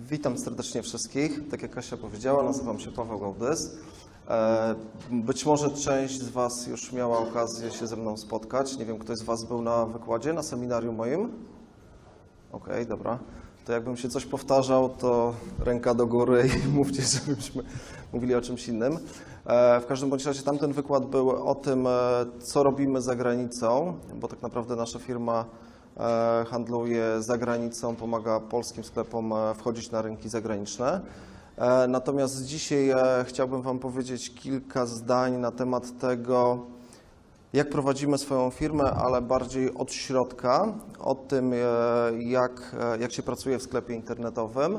Witam serdecznie wszystkich. Tak jak Kasia powiedziała, nazywam się Paweł Gałdys. Być może część z Was już miała okazję się ze mną spotkać. Nie wiem, ktoś z Was był na wykładzie, na seminarium moim? Okej, dobra. To jakbym się coś powtarzał, to ręka do góry i mówcie, żebyśmy mówili o czymś innym. W każdym bądź razie tamten wykład był o tym, co robimy za granicą, bo tak naprawdę nasza firma handluje za granicą, pomaga polskim sklepom wchodzić na rynki zagraniczne. Natomiast dzisiaj chciałbym Wam powiedzieć kilka zdań na temat tego, jak prowadzimy swoją firmę, ale bardziej od środka, o tym, jak się pracuje w sklepie internetowym.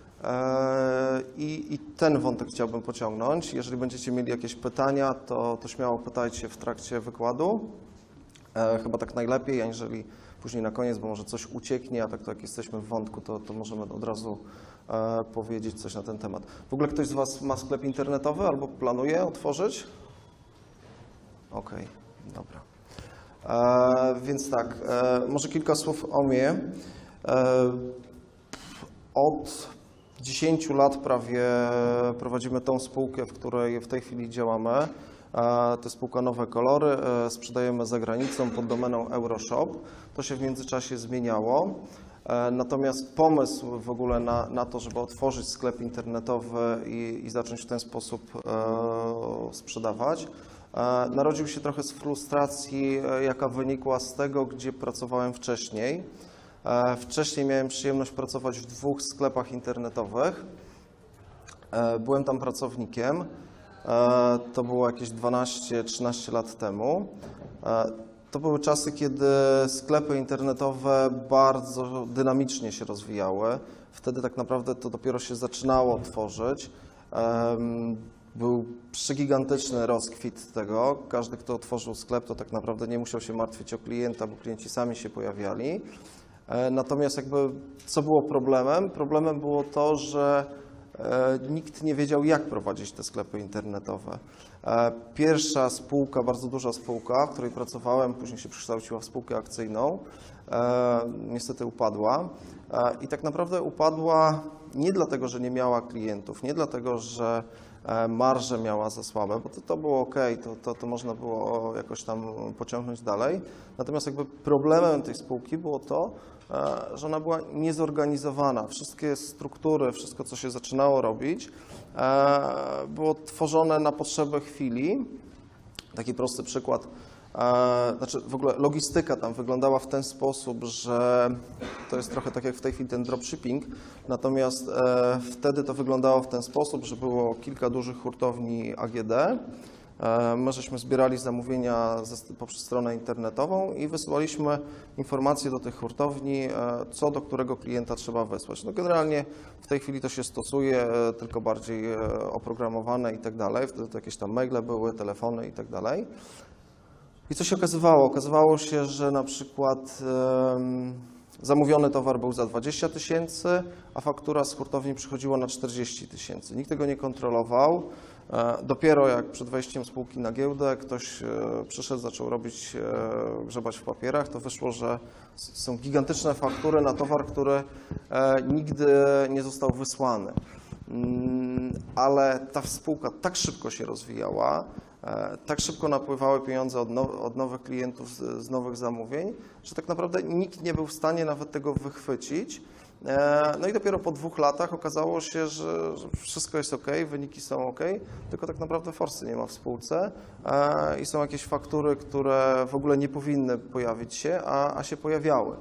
I ten wątek chciałbym pociągnąć. Jeżeli będziecie mieli jakieś pytania, to śmiało pytajcie w trakcie wykładu. Chyba tak najlepiej, aniżeli później na koniec, bo może coś ucieknie, a tak to jak jesteśmy w wątku, to możemy od razu powiedzieć coś na ten temat. W ogóle ktoś z Was ma sklep internetowy albo planuje otworzyć? Okej, dobra. Więc tak, może kilka słów o mnie. Od 10 lat prawie prowadzimy tą spółkę, w której w tej chwili działamy. To jest spółka Nowe Kolory, sprzedajemy za granicą pod domeną Euroshop. To się w międzyczasie zmieniało. Natomiast pomysł w ogóle na to, żeby otworzyć sklep internetowy i zacząć w ten sposób sprzedawać, narodził się trochę z frustracji, jaka wynikła z tego, gdzie pracowałem wcześniej. Wcześniej miałem przyjemność pracować w 2 sklepach internetowych. Byłem tam pracownikiem. To było jakieś 12-13 lat temu. To były czasy, kiedy sklepy internetowe bardzo dynamicznie się rozwijały. Wtedy tak naprawdę to dopiero się zaczynało tworzyć. Był przegigantyczny rozkwit tego. Każdy, kto otworzył sklep, to tak naprawdę nie musiał się martwić o klienta, bo klienci sami się pojawiali. Natomiast co było problemem? Problemem było to, że nikt nie wiedział, jak prowadzić te sklepy internetowe. Pierwsza spółka, bardzo duża spółka, w której pracowałem, później się przekształciła w spółkę akcyjną, niestety upadła. I tak naprawdę upadła nie dlatego, że nie miała klientów, nie dlatego, że marże miała za słabe, bo to było ok, to można było jakoś tam pociągnąć dalej. Natomiast problemem tej spółki było to, że ona była niezorganizowana. Wszystkie struktury, wszystko, co się zaczynało robić, było tworzone na potrzeby chwili. Taki prosty przykład. Znaczy w ogóle logistyka tam wyglądała w ten sposób, że to jest trochę tak jak w tej chwili ten dropshipping, natomiast wtedy to wyglądało w ten sposób, że było kilka dużych hurtowni AGD. My żeśmy zbierali zamówienia poprzez stronę internetową i wysyłaliśmy informacje do tych hurtowni, co do którego klienta trzeba wysłać. No generalnie w tej chwili to się stosuje, tylko bardziej oprogramowane i tak dalej. Wtedy to jakieś tam maile były, telefony i tak dalej. I co się okazywało? Okazywało się, że na przykład zamówiony towar był za 20 000, a faktura z hurtowni przychodziła na 40 000. Nikt tego nie kontrolował. Dopiero jak przed wejściem spółki na giełdę ktoś przyszedł, zaczął grzebać w papierach, to wyszło, że są gigantyczne faktury na towar, który nigdy nie został wysłany. Ale ta spółka tak szybko się rozwijała, tak szybko napływały pieniądze od nowych klientów z nowych zamówień, że tak naprawdę nikt nie był w stanie nawet tego wychwycić. No i dopiero po 2 latach okazało się, że wszystko jest ok, wyniki są ok, tylko tak naprawdę forsy nie ma w spółce i są jakieś faktury, które w ogóle nie powinny pojawić się, a się pojawiały.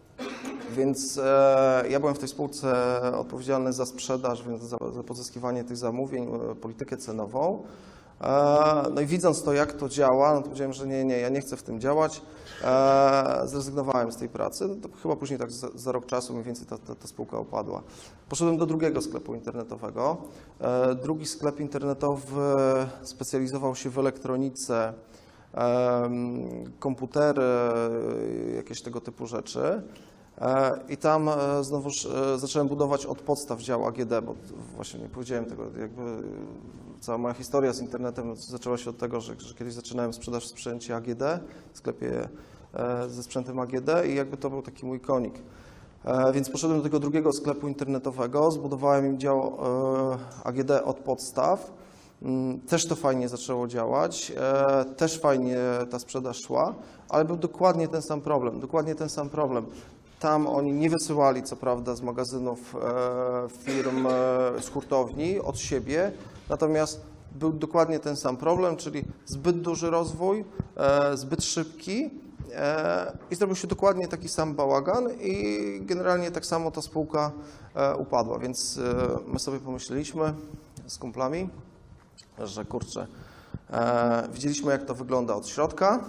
Więc ja byłem w tej spółce odpowiedzialny za sprzedaż, więc za pozyskiwanie tych zamówień, politykę cenową. No i widząc to, jak to działa, no to powiedziałem, że nie, ja nie chcę w tym działać. Zrezygnowałem z tej pracy. To chyba później tak za rok czasu mniej więcej ta spółka upadła. Poszedłem do drugiego sklepu internetowego. Drugi sklep internetowy specjalizował się w elektronice, komputery, jakieś tego typu rzeczy. I tam znowuż zacząłem budować od podstaw dział AGD, bo właśnie nie powiedziałem tego, cała moja historia z internetem zaczęła się od tego, że kiedyś zaczynałem sprzedaż w sprzęcie AGD, w sklepie ze sprzętem AGD i to był taki mój konik. Więc poszedłem do tego drugiego sklepu internetowego, zbudowałem im dział AGD od podstaw. Też to fajnie zaczęło działać, też fajnie ta sprzedaż szła, ale był dokładnie ten sam problem. Tam oni nie wysyłali, co prawda, z magazynów firm, z hurtowni od siebie, natomiast był dokładnie ten sam problem, czyli zbyt duży rozwój, zbyt szybki i zrobił się dokładnie taki sam bałagan i generalnie tak samo ta spółka upadła, więc my sobie pomyśleliśmy z kumplami, że kurczę, widzieliśmy, jak to wygląda od środka,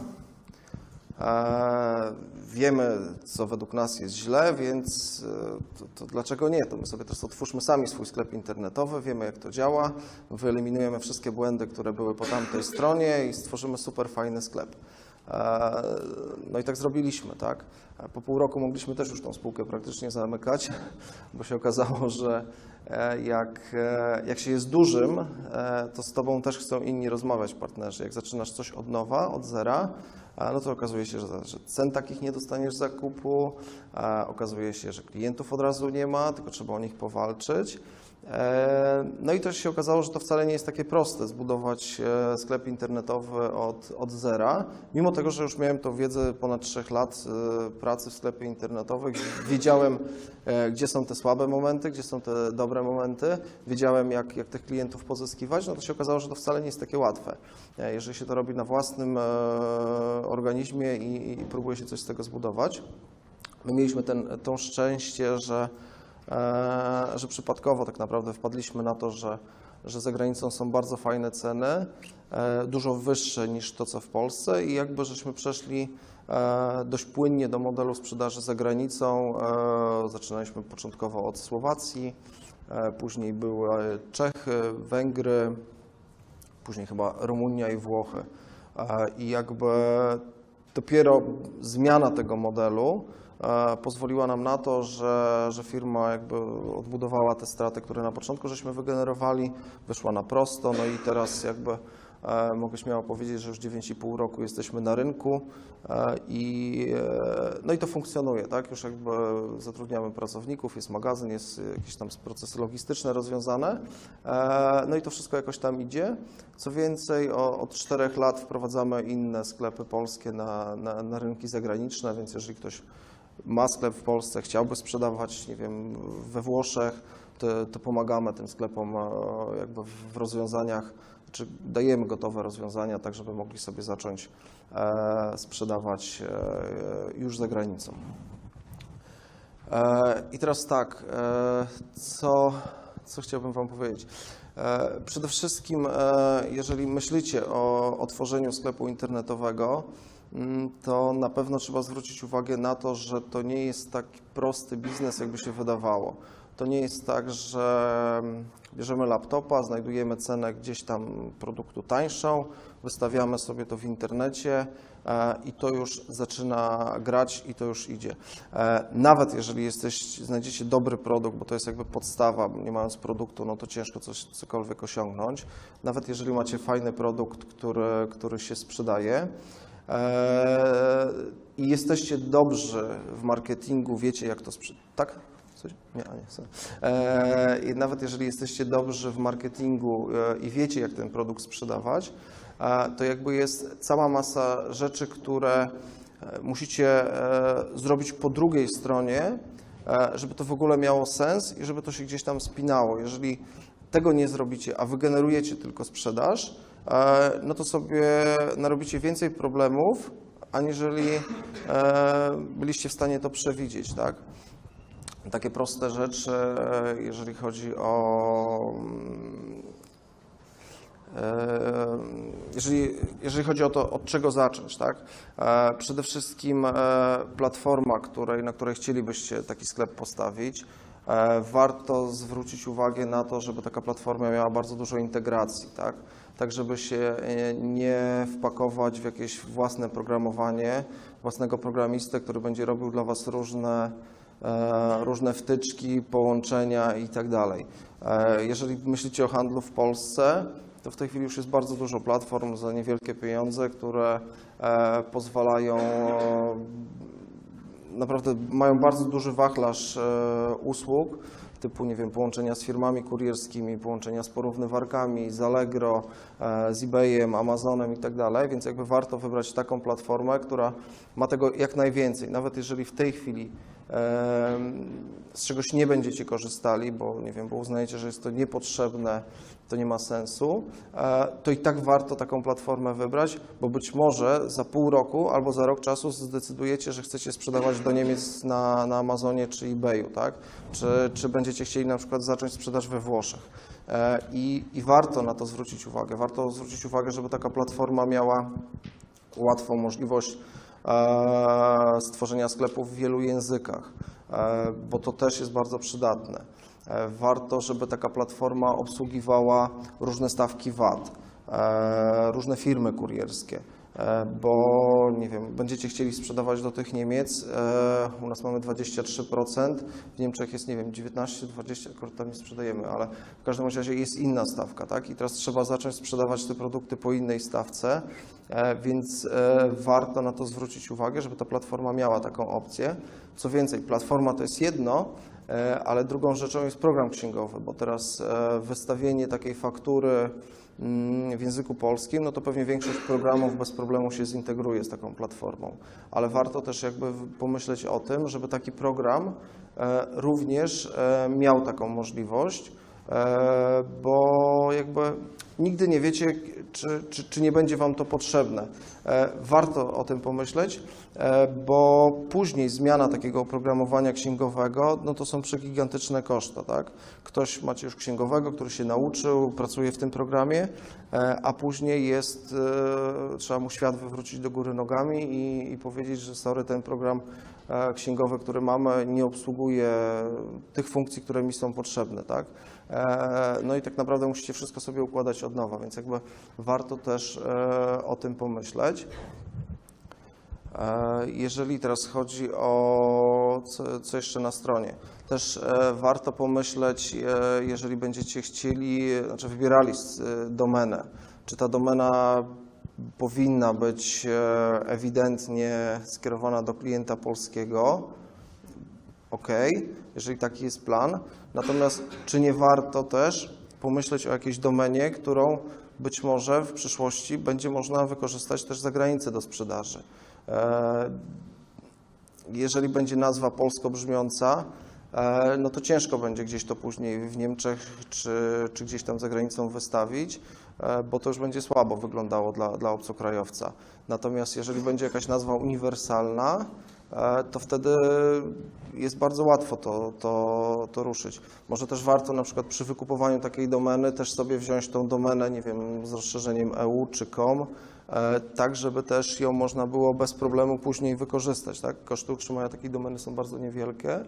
wiemy, co według nas jest źle, więc to dlaczego nie? To my sobie teraz otwórzmy sami swój sklep internetowy, wiemy, jak to działa, wyeliminujemy wszystkie błędy, które były po tamtej stronie i stworzymy super fajny sklep. No i tak zrobiliśmy, tak? Po pół roku mogliśmy też już tą spółkę praktycznie zamykać, bo się okazało, że jak się jest dużym, to z tobą też chcą inni rozmawiać partnerzy. Jak zaczynasz coś od nowa, od zera, no to okazuje się, że cen takich nie dostaniesz zakupu, okazuje się, że klientów od razu nie ma, tylko trzeba o nich powalczyć. No i też się okazało, że to wcale nie jest takie proste zbudować sklep internetowy od zera. Mimo tego, że już miałem tą wiedzę ponad 3 lat pracy w sklepie internetowym, wiedziałem, gdzie są te słabe momenty, gdzie są te dobre momenty, wiedziałem, jak tych klientów pozyskiwać, no to się okazało, że to wcale nie jest takie łatwe. Jeżeli się to robi na własnym organizmie i próbuje się coś z tego zbudować. My mieliśmy to szczęście, że przypadkowo tak naprawdę wpadliśmy na to, że za granicą są bardzo fajne ceny, dużo wyższe niż to, co w Polsce i jakby żeśmy przeszli dość płynnie do modelu sprzedaży za granicą. Zaczynaliśmy początkowo od Słowacji, później były Czechy, Węgry, później chyba Rumunia i Włochy. I jakby dopiero zmiana tego modelu pozwoliła nam na to, że firma jakby odbudowała te straty, które na początku żeśmy wygenerowali, wyszła na prosto, no i teraz jakby mogę śmiało powiedzieć, że już 9,5 roku jesteśmy na rynku no i to funkcjonuje, tak? Już jakby zatrudniamy pracowników, jest magazyn, jest jakieś tam procesy logistyczne rozwiązane, no i to wszystko jakoś tam idzie. Co więcej, od 4 lat wprowadzamy inne sklepy polskie na rynki zagraniczne, więc jeżeli ktoś ma sklep w Polsce, chciałby sprzedawać, nie wiem, we Włoszech, to pomagamy tym sklepom jakby w rozwiązaniach, czy dajemy gotowe rozwiązania, tak żeby mogli sobie zacząć sprzedawać już za granicą. I teraz tak, co chciałbym Wam powiedzieć? Przede wszystkim, jeżeli myślicie o otworzeniu sklepu internetowego, to na pewno trzeba zwrócić uwagę na to, że to nie jest taki prosty biznes, jakby się wydawało. To nie jest tak, że bierzemy laptopa, znajdujemy cenę gdzieś tam produktu tańszą, wystawiamy sobie to w internecie i to już zaczyna grać i to już idzie. Nawet jeżeli znajdziecie dobry produkt, bo to jest jakby podstawa, nie mając produktu, no to ciężko cokolwiek osiągnąć. Nawet jeżeli macie fajny produkt, który się sprzedaje, i jesteście dobrzy w marketingu, wiecie jak to sprzedać. Tak? Coś? Nie, nie. I nawet jeżeli jesteście dobrzy w marketingu i wiecie jak ten produkt sprzedawać, to jakby jest cała masa rzeczy, które musicie zrobić po drugiej stronie, żeby to w ogóle miało sens i żeby to się gdzieś tam spinało. Jeżeli tego nie zrobicie, a wygenerujecie tylko sprzedaż, no to sobie narobicie więcej problemów, aniżeli byliście w stanie to przewidzieć, tak? Takie proste rzeczy, jeżeli chodzi jeżeli chodzi o to, od czego zacząć, tak? Przede wszystkim platforma, na której chcielibyście taki sklep postawić, warto zwrócić uwagę na to, żeby taka platforma miała bardzo dużo integracji, tak? Tak, żeby się nie wpakować w jakieś własne programowanie, własnego programistę, który będzie robił dla Was różne wtyczki, połączenia i tak dalej. Jeżeli myślicie o handlu w Polsce, to w tej chwili już jest bardzo dużo platform za niewielkie pieniądze, które pozwalają naprawdę mają bardzo duży wachlarz usług, typu, nie wiem, połączenia z firmami kurierskimi, połączenia z porównywarkami, z Allegro, z eBayem, Amazonem i tak dalej, więc jakby warto wybrać taką platformę, która ma tego jak najwięcej, nawet jeżeli w tej chwili z czegoś nie będziecie korzystali, bo nie wiem, bo uznajecie, że jest to niepotrzebne, to nie ma sensu, to i tak warto taką platformę wybrać, bo być może za pół roku albo za rok czasu zdecydujecie, że chcecie sprzedawać do Niemiec na Amazonie czy eBayu, tak? Czy będziecie chcieli na przykład zacząć sprzedaż we Włoszech. I warto na to zwrócić uwagę. Warto zwrócić uwagę, żeby taka platforma miała łatwą możliwość stworzenia sklepów w wielu językach, bo to też jest bardzo przydatne. Warto, żeby taka platforma obsługiwała różne stawki VAT, różne firmy kurierskie, bo nie wiem, będziecie chcieli sprzedawać do tych Niemiec, u nas mamy 23%, w Niemczech jest, nie wiem, 19, 20, tam nie sprzedajemy, ale w każdym razie jest inna stawka, tak? I teraz trzeba zacząć sprzedawać te produkty po innej stawce, więc warto na to zwrócić uwagę, żeby ta platforma miała taką opcję. Co więcej, platforma to jest jedno, ale drugą rzeczą jest program księgowy, bo teraz wystawienie takiej faktury w języku polskim, no to pewnie większość programów bez problemu się zintegruje z taką platformą, ale warto też jakby pomyśleć o tym, żeby taki program również miał taką możliwość, bo jakby nigdy nie wiecie, czy nie będzie Wam to potrzebne. Warto o tym pomyśleć, bo później zmiana takiego oprogramowania księgowego, no to są przegigantyczne koszta, tak? Ktoś macie już księgowego, który się nauczył, pracuje w tym programie, a później trzeba mu świat wywrócić do góry nogami i powiedzieć, że sorry, ten program księgowy, który mamy, nie obsługuje tych funkcji, które mi są potrzebne, tak? No i tak naprawdę musicie wszystko sobie układać od nowa, więc jakby warto też o tym pomyśleć. Jeżeli teraz chodzi o co jeszcze na stronie, też warto pomyśleć, jeżeli będziecie chcieli, znaczy wybierali domenę, czy ta domena powinna być ewidentnie skierowana do klienta polskiego. OK, jeżeli taki jest plan. Natomiast czy nie warto też pomyśleć o jakiejś domenie, którą być może w przyszłości będzie można wykorzystać też za granicę do sprzedaży. Jeżeli będzie nazwa polsko brzmiąca, no to ciężko będzie gdzieś to później w Niemczech czy gdzieś tam za granicą wystawić, bo to już będzie słabo wyglądało dla obcokrajowca. Natomiast jeżeli będzie jakaś nazwa uniwersalna, to wtedy jest bardzo łatwo to ruszyć. Może też warto na przykład przy wykupowaniu takiej domeny też sobie wziąć tą domenę, nie wiem, z rozszerzeniem EU czy .com, tak żeby też ją można było bez problemu później wykorzystać. Tak? Koszty utrzymania takiej domeny są bardzo niewielkie,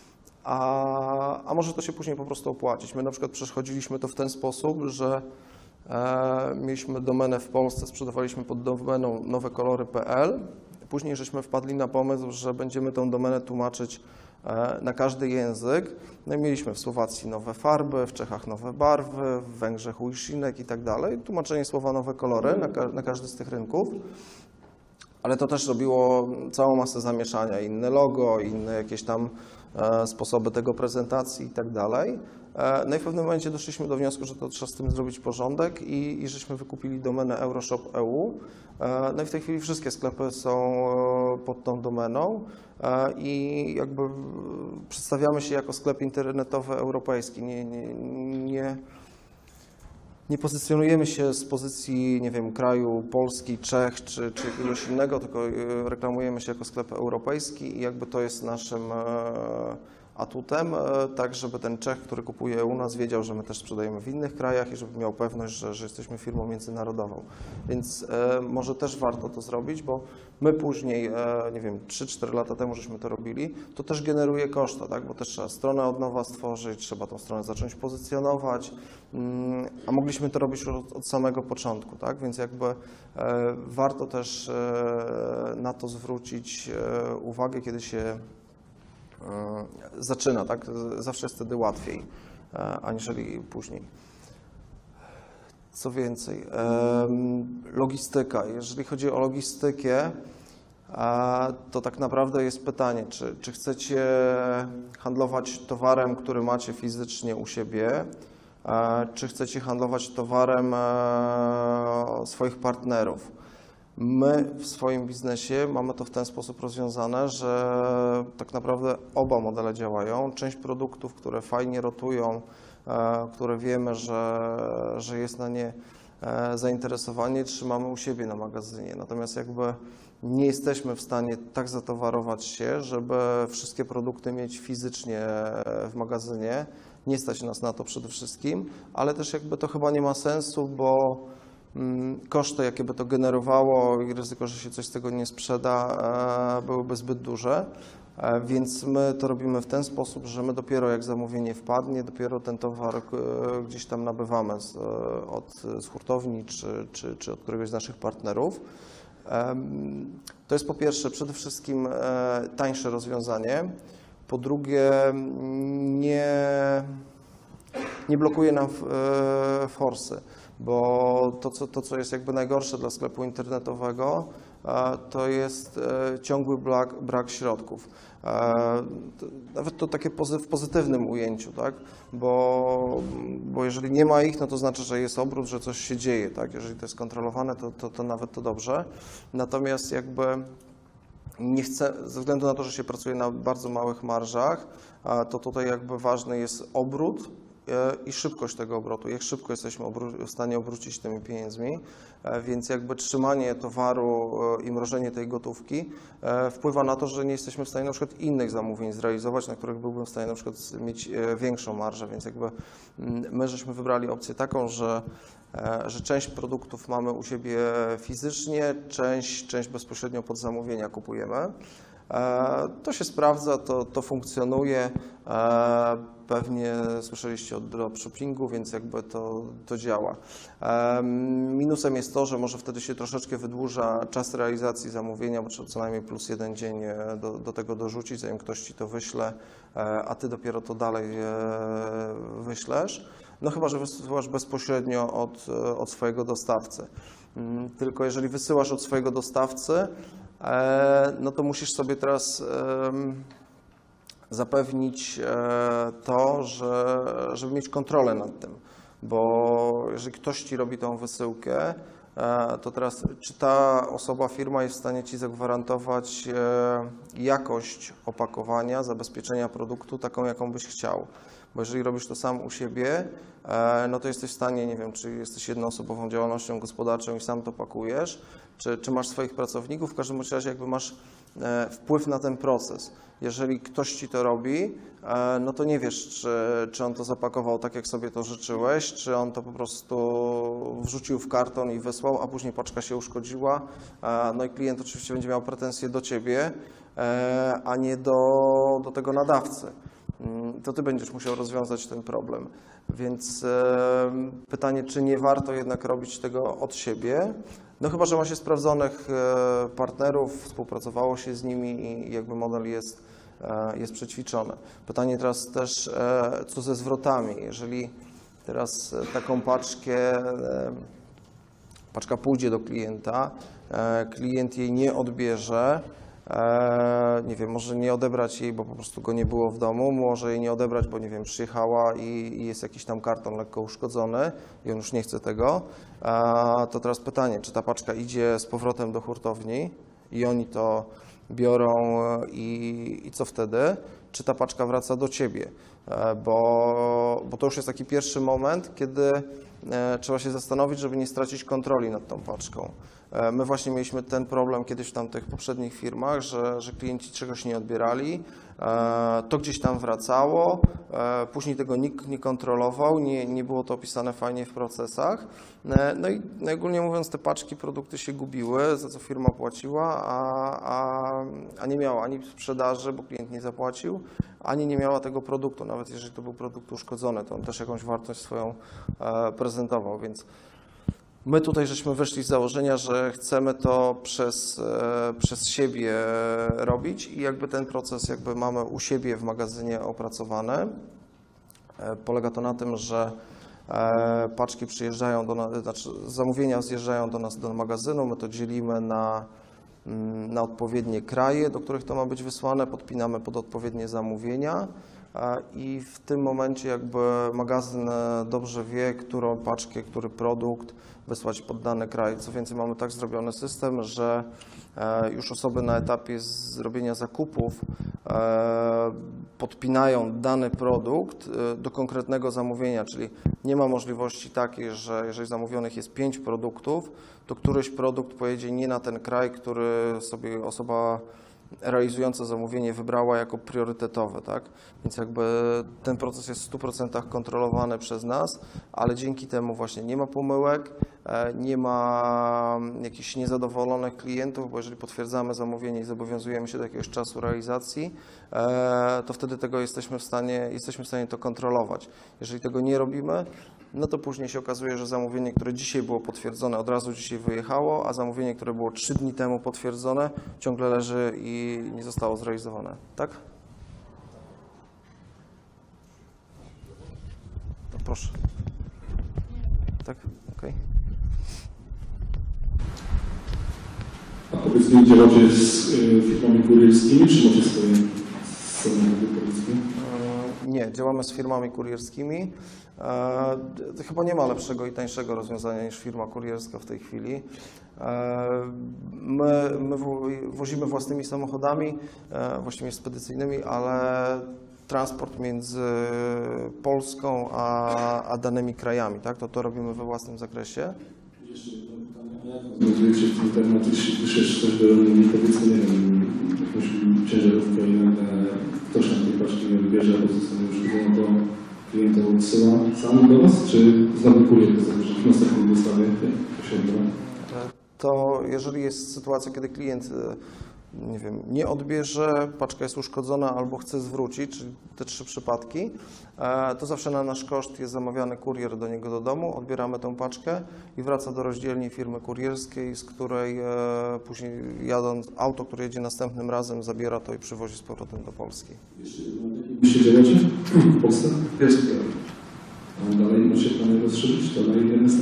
a może to się później po prostu opłacić. My na przykład przechodziliśmy to w ten sposób, że mieliśmy domenę w Polsce, sprzedawaliśmy pod domeną nowekolory.pl. Później żeśmy wpadli na pomysł, że będziemy tę domenę tłumaczyć na każdy język. No i mieliśmy w Słowacji nowe farby, w Czechach nowe barwy, w Węgrzech ujsinek i tak dalej. Tłumaczenie słowa nowe kolory na każdy z tych rynków. Ale to też robiło całą masę zamieszania, inne logo, inne jakieś tam sposoby tego prezentacji i tak dalej. No i w pewnym momencie doszliśmy do wniosku, że to trzeba z tym zrobić porządek i żeśmy wykupili domenę Euroshop.eu. No i w tej chwili wszystkie sklepy są pod tą domeną i jakby przedstawiamy się jako sklep internetowy europejski. Nie pozycjonujemy się z pozycji, nie wiem, kraju Polski, Czech czy jakiegoś innego, tylko reklamujemy się jako sklep europejski i jakby to jest naszym atutem, tak żeby ten Czech, który kupuje u nas, wiedział, że my też sprzedajemy w innych krajach i żeby miał pewność, że jesteśmy firmą międzynarodową. Więc może też warto to zrobić, bo my później, nie wiem, 3-4 lata temu żeśmy to robili, to też generuje koszta, tak? Bo też trzeba stronę od nowa stworzyć, trzeba tą stronę zacząć pozycjonować, a mogliśmy to robić od samego początku, tak? Więc jakby warto też na to zwrócić uwagę, kiedy się zaczyna, tak? Zawsze jest wtedy łatwiej, aniżeli później. Co więcej, logistyka. Jeżeli chodzi o logistykę, to tak naprawdę jest pytanie, czy chcecie handlować towarem, który macie fizycznie u siebie, czy chcecie handlować towarem swoich partnerów. My w swoim biznesie mamy to w ten sposób rozwiązane, że tak naprawdę oba modele działają. Część produktów, które fajnie rotują, które wiemy, że jest na nie zainteresowanie, trzymamy u siebie na magazynie. Natomiast jakby nie jesteśmy w stanie tak zatowarować się, żeby wszystkie produkty mieć fizycznie w magazynie. Nie stać nas na to przede wszystkim, ale też jakby to chyba nie ma sensu, bo koszty, jakie by to generowało i ryzyko, że się coś z tego nie sprzeda, byłyby zbyt duże. Więc my to robimy w ten sposób, że my dopiero jak zamówienie wpadnie, dopiero ten towar gdzieś tam nabywamy z hurtowni czy od któregoś z naszych partnerów. To jest po pierwsze przede wszystkim tańsze rozwiązanie. Po drugie nie blokuje nam forsy, bo to, co jest jakby najgorsze dla sklepu internetowego, to jest ciągły brak środków. Nawet to takie w pozytywnym ujęciu, tak? Bo jeżeli nie ma ich, no to znaczy, że jest obrót, że coś się dzieje, tak? Jeżeli to jest kontrolowane, to nawet to dobrze. Natomiast jakby nie chcę, ze względu na to, że się pracuje na bardzo małych marżach, to tutaj jakby ważny jest obrót i szybkość tego obrotu, jak szybko jesteśmy w stanie obrócić tymi pieniędzmi, więc jakby trzymanie towaru i mrożenie tej gotówki wpływa na to, że nie jesteśmy w stanie na przykład innych zamówień zrealizować, na których byłbym w stanie na przykład mieć większą marżę, więc jakby my żeśmy wybrali opcję taką, że część produktów mamy u siebie fizycznie, część bezpośrednio pod zamówienia kupujemy. To się sprawdza, to funkcjonuje. Pewnie słyszeliście o dropshippingu, więc jakby to działa. Minusem jest to, że może wtedy się troszeczkę wydłuża czas realizacji zamówienia, bo trzeba co najmniej plus 1 dzień do tego dorzucić, zanim ktoś ci to wyśle, a ty dopiero to dalej wyślesz. No chyba, że wysyłasz bezpośrednio od swojego dostawcy. Tylko jeżeli wysyłasz od swojego dostawcy, no to musisz sobie teraz zapewnić to, żeby mieć kontrolę nad tym, bo jeżeli ktoś ci robi tą wysyłkę, to teraz czy ta osoba, firma jest w stanie ci zagwarantować jakość opakowania, zabezpieczenia produktu taką, jaką byś chciał. Bo jeżeli robisz to sam u siebie, no to jesteś w stanie, nie wiem, czy jesteś jednoosobową działalnością gospodarczą i sam to pakujesz, czy masz swoich pracowników, w każdym razie jakby masz wpływ na ten proces. Jeżeli ktoś ci to robi, no to nie wiesz, czy on to zapakował tak, jak sobie to życzyłeś, czy on to po prostu wrzucił w karton i wysłał, a później paczka się uszkodziła, no i klient oczywiście będzie miał pretensje do ciebie, a nie do tego nadawcy. To ty będziesz musiał rozwiązać ten problem. Więc pytanie, czy nie warto jednak robić tego od siebie? No chyba, że ma się sprawdzonych partnerów, współpracowało się z nimi i jakby model jest przećwiczony. Pytanie teraz też, co ze zwrotami? Jeżeli teraz taką paczka pójdzie do klienta, klient jej nie odbierze, nie wiem, może nie odebrać jej, bo po prostu go nie było w domu, może jej nie odebrać, bo nie wiem, przyjechała i jest jakiś tam karton lekko uszkodzony i on już nie chce tego, to teraz pytanie, czy ta paczka idzie z powrotem do hurtowni i oni to biorą i co wtedy? Czy ta paczka wraca do ciebie? Bo to już jest taki pierwszy moment, kiedy trzeba się zastanowić, żeby nie stracić kontroli nad tą paczką. My właśnie mieliśmy ten problem kiedyś w tamtych poprzednich firmach, że klienci czegoś nie odbierali, to gdzieś tam wracało, później tego nikt nie kontrolował, nie było to opisane fajnie w procesach. No i najogólnie mówiąc, te paczki, produkty się gubiły, za co firma płaciła, a nie miała ani sprzedaży, bo klient nie zapłacił, ani nie miała tego produktu. Nawet jeżeli to był produkt uszkodzony, to on też jakąś wartość swoją prezentował, więc my tutaj żeśmy wyszli z założenia, że chcemy to przez siebie robić i jakby ten proces jakby mamy u siebie w magazynie opracowany. Polega to na tym, że paczki przyjeżdżają do nas, znaczy zamówienia zjeżdżają do nas do magazynu, my to dzielimy na odpowiednie kraje, do których to ma być wysłane, podpinamy pod odpowiednie zamówienia i w tym momencie jakby magazyn dobrze wie, którą paczkę, który produkt wysłać pod dany kraj. Co więcej, mamy tak zrobiony system, że już osoby na etapie zrobienia zakupów podpinają dany produkt do konkretnego zamówienia, czyli nie ma możliwości takiej, że jeżeli zamówionych jest 5 produktów, to któryś produkt pojedzie nie na ten kraj, który sobie osoba realizująca zamówienie wybrała jako priorytetowy, tak? Więc jakby ten proces jest w 100% kontrolowany przez nas, ale dzięki temu właśnie nie ma pomyłek, nie ma jakichś niezadowolonych klientów, bo jeżeli potwierdzamy zamówienie i zobowiązujemy się do jakiegoś czasu realizacji, to wtedy tego jesteśmy w stanie to kontrolować. Jeżeli tego nie robimy, no to później się okazuje, że zamówienie, które dzisiaj było potwierdzone, od razu dzisiaj wyjechało, a zamówienie, które było 3 dni temu potwierdzone, ciągle leży i nie zostało zrealizowane. Tak? To proszę. Tak? Okej. A powiedzmy, działacie z firmami kurierskimi, czy macie swoje samochody, powiedzmy? Nie, działamy z firmami kurierskimi. Chyba nie ma lepszego i tańszego rozwiązania niż firma kurierska w tej chwili. My wozimy własnymi samochodami, właściwie spedycyjnymi, ale transport między Polską a danymi krajami, tak? To robimy we własnym zakresie. Jeszcze jedno pytanie, a jak rozwiązujecie w tym temacie, jeśli wyszesz coś do powiedzmy, nie wiem, jakąś ciężarówkę i nagle ktoś na tej paczki nie odbierze, albo zostanie uszkodzony, to klient to odsyła sam do Was, czy znowu kurier to zależy w następnej dostawie? To jeżeli jest sytuacja, kiedy klient nie wiem, nie odbierze, paczka jest uszkodzona albo chce zwrócić, czyli te 3 przypadki, to zawsze na nasz koszt jest zamawiany kurier do niego do domu, odbieramy tą paczkę i wraca do rozdzielni firmy kurierskiej, z której później jadąc auto, które jedzie następnym razem, zabiera to i przywozi z powrotem do Polski. Jeszcze działacie w Polsce? Jest. A dalej macie plany rozszerzyć to na inne miasta?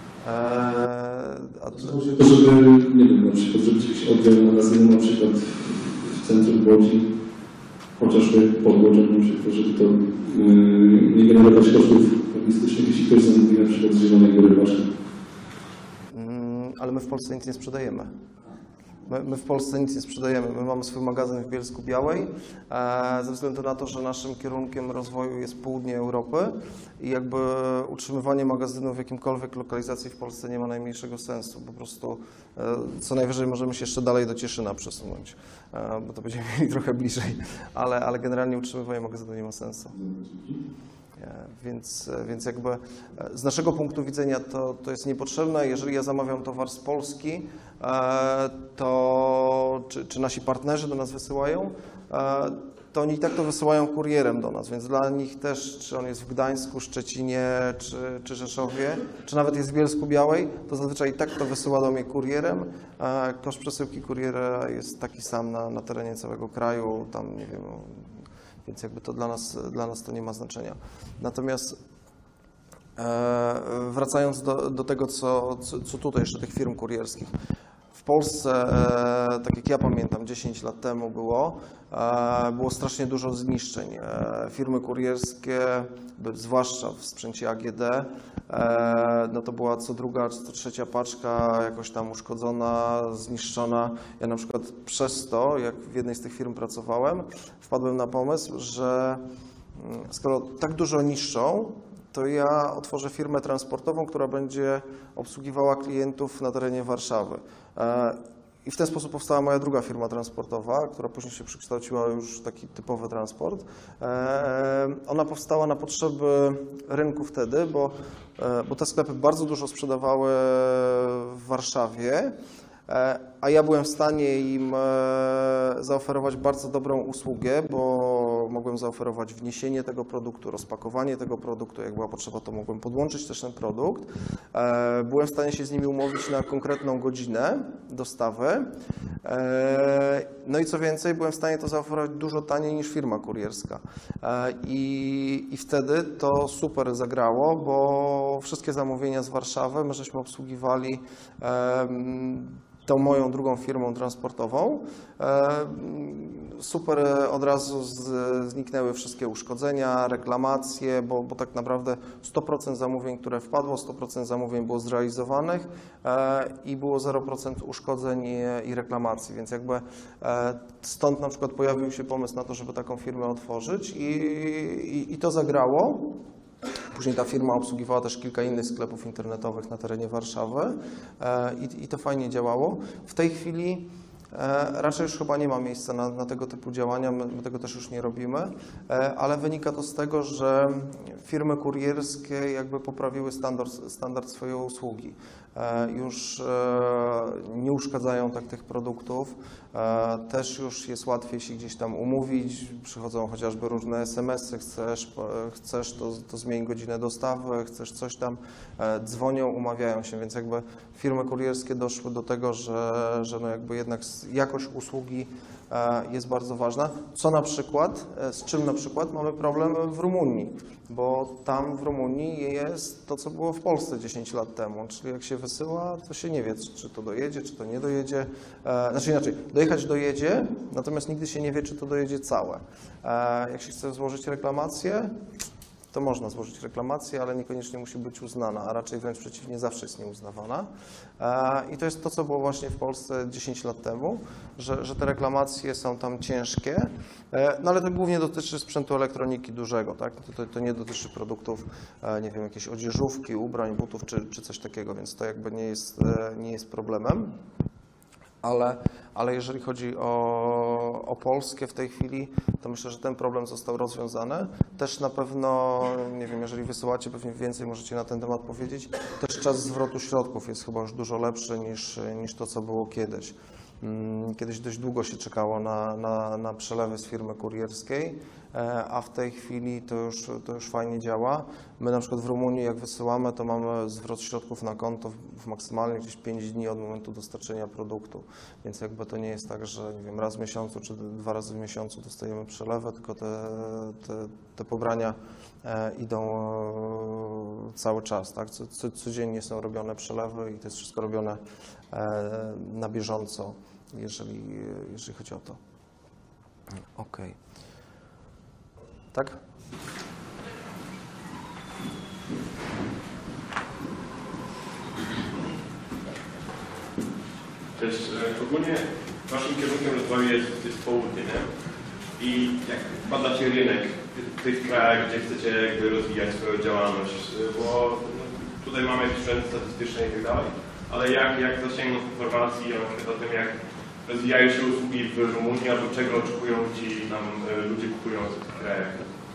To, żeby, nie wiem, na przykład zrobić jakiś oddział magazynu, na przykład w centrum Łodzi, chociażby pod Łodzią, żeby to nie generować kosztów logistycznych, jeśli ktoś zamówi na przykład z Zielonej Góry paczkę. Ale my w Polsce nic nie sprzedajemy. My w Polsce nic nie sprzedajemy. My mamy swój magazyn w Bielsku-Białej, ze względu na to, że naszym kierunkiem rozwoju jest południe Europy i jakby utrzymywanie magazynu w jakimkolwiek lokalizacji w Polsce nie ma najmniejszego sensu. Po prostu co najwyżej możemy się jeszcze dalej do Cieszyna przesunąć, bo to będziemy mieli trochę bliżej, ale generalnie utrzymywanie magazynu nie ma sensu. Więc jakby z naszego punktu widzenia to jest niepotrzebne. Jeżeli ja zamawiam towar z Polski, to czy nasi partnerzy do nas wysyłają, to oni i tak to wysyłają kurierem do nas, więc dla nich też, czy on jest w Gdańsku, Szczecinie, czy Rzeszowie, czy nawet jest w Bielsku-Białej, to zazwyczaj i tak to wysyła do mnie kurierem. Koszt przesyłki kuriera jest taki sam na terenie całego kraju, tam nie wiem, więc jakby to dla nas to nie ma znaczenia. Natomiast wracając do tego, co tutaj jeszcze tych firm kurierskich. W Polsce, tak jak ja pamiętam, 10 lat temu było strasznie dużo zniszczeń. Firmy kurierskie, zwłaszcza w sprzęcie AGD, no to była co druga, czy co trzecia paczka jakoś tam uszkodzona, zniszczona. Ja na przykład przez to, jak w jednej z tych firm pracowałem, wpadłem na pomysł, że skoro tak dużo niszczą, to ja otworzę firmę transportową, która będzie obsługiwała klientów na terenie Warszawy. I w ten sposób powstała moja druga firma transportowa, która później się przekształciła już w taki typowy transport. Ona powstała na potrzeby rynku wtedy, bo te sklepy bardzo dużo sprzedawały w Warszawie, a ja byłem w stanie im zaoferować bardzo dobrą usługę, bo mogłem zaoferować wniesienie tego produktu, rozpakowanie tego produktu, jak była potrzeba, to mogłem podłączyć też ten produkt. Byłem w stanie się z nimi umówić na konkretną godzinę dostawy. No i co więcej, byłem w stanie to zaoferować dużo taniej niż firma kurierska. I wtedy to super zagrało, bo wszystkie zamówienia z Warszawy my żeśmy obsługiwali tą moją drugą firmą transportową. Super, od razu zniknęły wszystkie uszkodzenia, reklamacje, bo tak naprawdę 100% zamówień, które wpadło, 100% zamówień było zrealizowanych i było 0% uszkodzeń i reklamacji, więc jakby stąd na przykład pojawił się pomysł na to, żeby taką firmę otworzyć i to zagrało. Później ta firma obsługiwała też kilka innych sklepów internetowych na terenie Warszawy i to fajnie działało. W tej chwili raczej już chyba nie ma miejsca na tego typu działania, my tego też już nie robimy, ale wynika to z tego, że firmy kurierskie jakby poprawiły standard swojej usługi. Już nie uszkadzają tak tych produktów, też już jest łatwiej się gdzieś tam umówić, przychodzą chociażby różne SMS-y, chcesz to zmień godzinę dostawy, chcesz coś tam, dzwonią, umawiają się, więc jakby firmy kurierskie doszły do tego, że no jakby jednak jakość usługi jest bardzo ważna. Z czym na przykład mamy problem w Rumunii, bo tam w Rumunii jest to, co było w Polsce 10 lat temu, czyli jak się wysyła, to się nie wie, czy to dojedzie, czy to nie dojedzie. Znaczy inaczej, dojechać dojedzie, natomiast nigdy się nie wie, czy to dojedzie całe. Jak się chce złożyć reklamację, to można złożyć reklamację, ale niekoniecznie musi być uznana, a raczej wręcz przeciwnie, zawsze jest nieuznawana. I to jest to, co było właśnie w Polsce 10 lat temu, że te reklamacje są tam ciężkie, no ale to głównie dotyczy sprzętu elektroniki dużego, tak? To nie dotyczy produktów, nie wiem, jakiejś odzieżówki, ubrań, butów czy coś takiego, więc to jakby nie jest problemem. Ale jeżeli chodzi o Polskę w tej chwili, to myślę, że ten problem został rozwiązany. Też na pewno, nie wiem, jeżeli wysyłacie, pewnie więcej możecie na ten temat powiedzieć, też czas zwrotu środków jest chyba już dużo lepszy niż to, co było kiedyś. Kiedyś dość długo się czekało na przelewy z firmy kurierskiej, a w tej chwili to już fajnie działa. My na przykład w Rumunii, jak wysyłamy, to mamy zwrot środków na konto w maksymalnie gdzieś 5 dni od momentu dostarczenia produktu. Więc jakby to nie jest tak, że nie wiem, raz w miesiącu czy 2 razy w miesiącu dostajemy przelewę, tylko te pobrania idą cały czas, tak? Codziennie są robione przelewy i to jest wszystko robione na bieżąco, jeżeli chodzi o to. Okej. Tak? Cześć. Ogólnie waszym kierunkiem rozwoju jest południe, nie? I jak badacie rynek w tych krajach, gdzie chcecie jakby rozwijać swoją działalność, bo tutaj mamy sprzęt statystyczny i tak dalej, ale jak zasięgnąć informacji o tym, jak rozwijają się usługi w Rumunii, albo czego oczekują ci nam ludzie kupujący w tych krajach?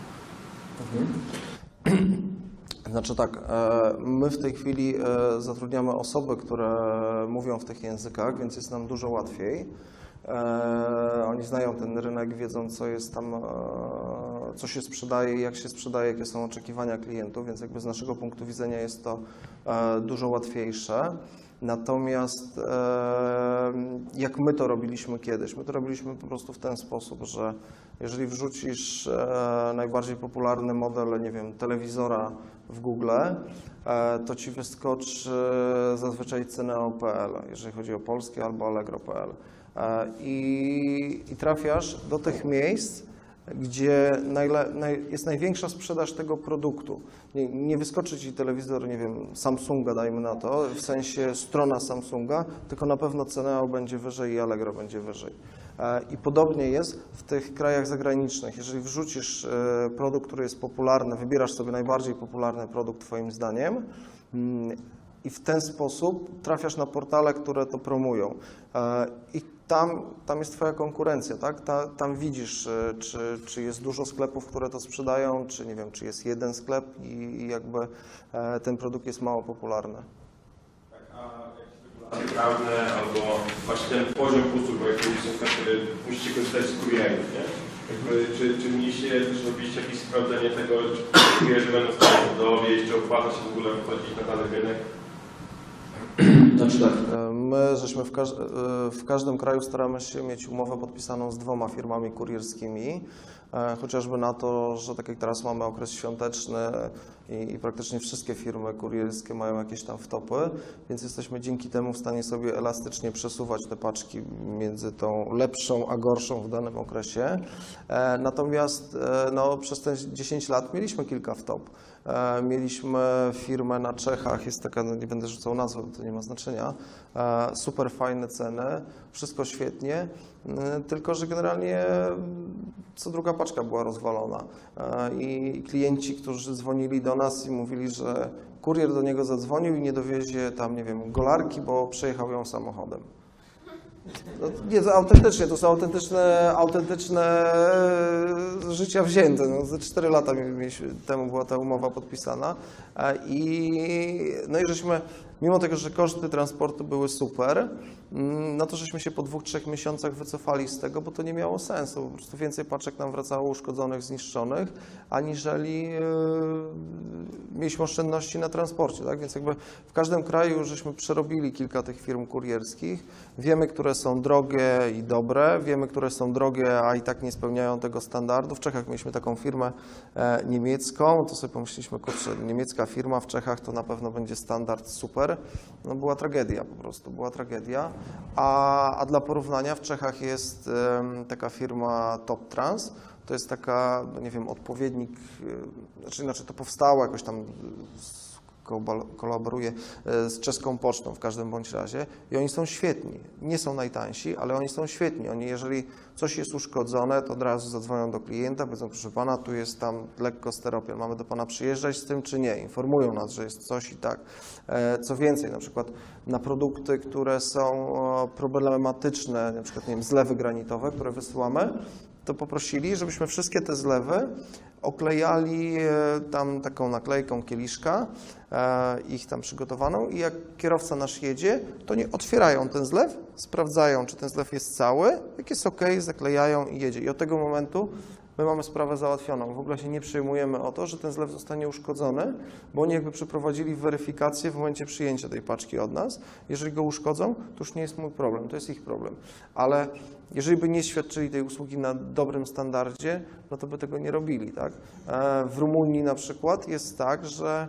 Znaczy tak, my w tej chwili zatrudniamy osoby, które mówią w tych językach, więc jest nam dużo łatwiej. Oni znają ten rynek, wiedzą, co jest tam, co się sprzedaje, jak się sprzedaje, jakie są oczekiwania klientów, więc jakby z naszego punktu widzenia jest to dużo łatwiejsze. Natomiast jak my to robiliśmy kiedyś, my to robiliśmy po prostu w ten sposób, że jeżeli wrzucisz najbardziej popularny model, nie wiem, telewizora w Google, to ci wyskoczy zazwyczaj Ceneo.pl, jeżeli chodzi o polskie albo Allegro.pl. I trafiasz do tych miejsc, gdzie jest największa sprzedaż tego produktu. Nie wyskoczy ci telewizor, nie wiem, Samsunga, dajmy na to, w sensie strona Samsunga, tylko na pewno Ceneo będzie wyżej i Allegro będzie wyżej. I podobnie jest w tych krajach zagranicznych. Jeżeli wrzucisz produkt, który jest popularny, wybierasz sobie najbardziej popularny produkt twoim zdaniem i w ten sposób trafiasz na portale, które to promują. I tam jest twoja konkurencja, tak? Tam widzisz, czy jest dużo sklepów, które to sprzedają, czy nie wiem, czy jest jeden sklep i jakby ten produkt jest mało popularny. Tak, a jakieś regulacje prawne albo właśnie ten poziom usług, bo jak musicie korzystać z kurierów, nie? Czy mieliście, też robiliście jakieś sprawdzenie tego, czy kurierzy będą w stanie dowieść, czy opłaca się w ogóle wchodzić na dany rynek? Znaczy tak, my żeśmy w każdym kraju staramy się mieć umowę podpisaną z 2 firmami kurierskimi. chociażby na to, że tak jak teraz mamy okres świąteczny i praktycznie wszystkie firmy kurierskie mają jakieś tam wtopy, więc jesteśmy dzięki temu w stanie sobie elastycznie przesuwać te paczki między tą lepszą a gorszą w danym okresie. Natomiast no, przez te 10 lat mieliśmy kilka wtop. Mieliśmy firmę na Czechach, jest taka, no nie będę rzucał nazwy, bo to nie ma znaczenia, super fajne ceny, wszystko świetnie, tylko że generalnie co druga paczka była rozwalona i klienci, którzy dzwonili do nas i mówili, że kurier do niego zadzwonił i nie dowiezie tam, nie wiem, golarki, bo przejechał ją samochodem. No, nie, autentycznie, to są autentyczne życia wzięte. No, ze 4 lata temu była ta umowa podpisana no i żeśmy, mimo tego, że koszty transportu były super, no to żeśmy się po 2-3 miesiącach wycofali z tego, bo to nie miało sensu. Po prostu więcej paczek nam wracało uszkodzonych, zniszczonych, aniżeli mieliśmy oszczędności na transporcie. Tak? Więc jakby w każdym kraju żeśmy przerobili kilka tych firm kurierskich. Wiemy, które są drogie i dobre, wiemy, które są drogie, a i tak nie spełniają tego standardu. W Czechach mieliśmy taką firmę niemiecką, to sobie pomyśleliśmy, kurczę, niemiecka firma w Czechach to na pewno będzie standard super. No była tragedia po prostu, była tragedia. A dla porównania w Czechach jest taka firma Top Trans. To jest taka, nie wiem, odpowiednik, znaczy to powstało jakoś tam, kolaboruje z czeską pocztą w każdym bądź razie i oni są świetni. Nie są najtańsi, ale oni są świetni. Oni, jeżeli coś jest uszkodzone, to od razu zadzwonią do klienta, powiedzą, proszę pana, tu jest tam lekko steropian, mamy do pana przyjeżdżać z tym czy nie? Informują nas, że jest coś i tak. Co więcej, na przykład na produkty, które są problematyczne, na przykład, nie wiem, zlewy granitowe, które wysyłamy, to poprosili, żebyśmy wszystkie te zlewy oklejali tam taką naklejką kieliszka, ich tam przygotowaną i jak kierowca nasz jedzie, to nie otwierają ten zlew, sprawdzają, czy ten zlew jest cały, jak jest ok, zaklejają i jedzie. I od tego momentu my mamy sprawę załatwioną. W ogóle się nie przejmujemy o to, że ten zlew zostanie uszkodzony, bo oni jakby przeprowadzili weryfikację w momencie przyjęcia tej paczki od nas. Jeżeli go uszkodzą, to już nie jest mój problem, to jest ich problem. Ale jeżeli by nie świadczyli tej usługi na dobrym standardzie, no to by tego nie robili, tak? W Rumunii na przykład jest tak, że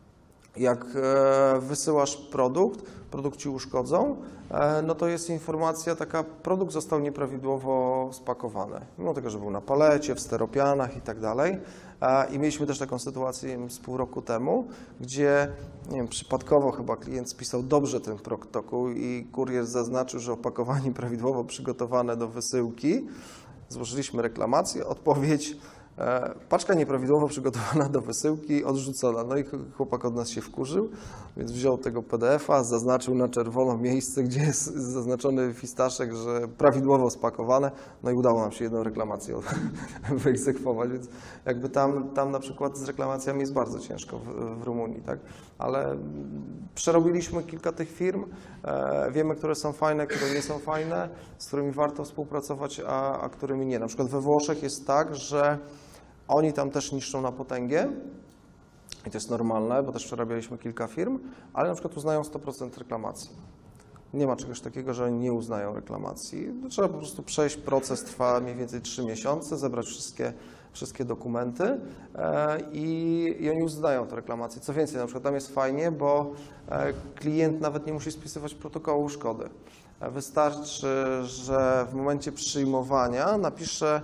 jak wysyłasz produkt ci uszkodzą, no to jest informacja taka, produkt został nieprawidłowo spakowany. Mimo tego, że był na palecie, w steropianach i tak dalej. I mieliśmy też taką sytuację z pół roku temu, gdzie, nie wiem, przypadkowo chyba klient spisał dobrze ten protokół i kurier zaznaczył, że opakowanie prawidłowo przygotowane do wysyłki. Złożyliśmy reklamację, odpowiedź: paczka nieprawidłowo przygotowana do wysyłki, odrzucona. No i chłopak od nas się wkurzył, więc wziął tego PDF-a, zaznaczył na czerwono miejsce, gdzie jest zaznaczony fistaszek, że prawidłowo spakowane, no i udało nam się jedną reklamację wyegzekwować, więc jakby tam na przykład z reklamacjami jest bardzo ciężko w Rumunii, tak? Ale przerobiliśmy kilka tych firm, wiemy, które są fajne, które nie są fajne, z którymi warto współpracować, a którymi nie. Na przykład we Włoszech jest tak, że oni tam też niszczą na potęgę i to jest normalne, bo też przerabialiśmy kilka firm, ale na przykład uznają 100% reklamacji. Nie ma czegoś takiego, że oni nie uznają reklamacji. Trzeba po prostu przejść, proces trwa mniej więcej 3 miesiące, zebrać wszystkie dokumenty i oni uznają te reklamacje. Co więcej, na przykład tam jest fajnie, bo klient nawet nie musi spisywać protokołu szkody. Wystarczy, że w momencie przyjmowania napisze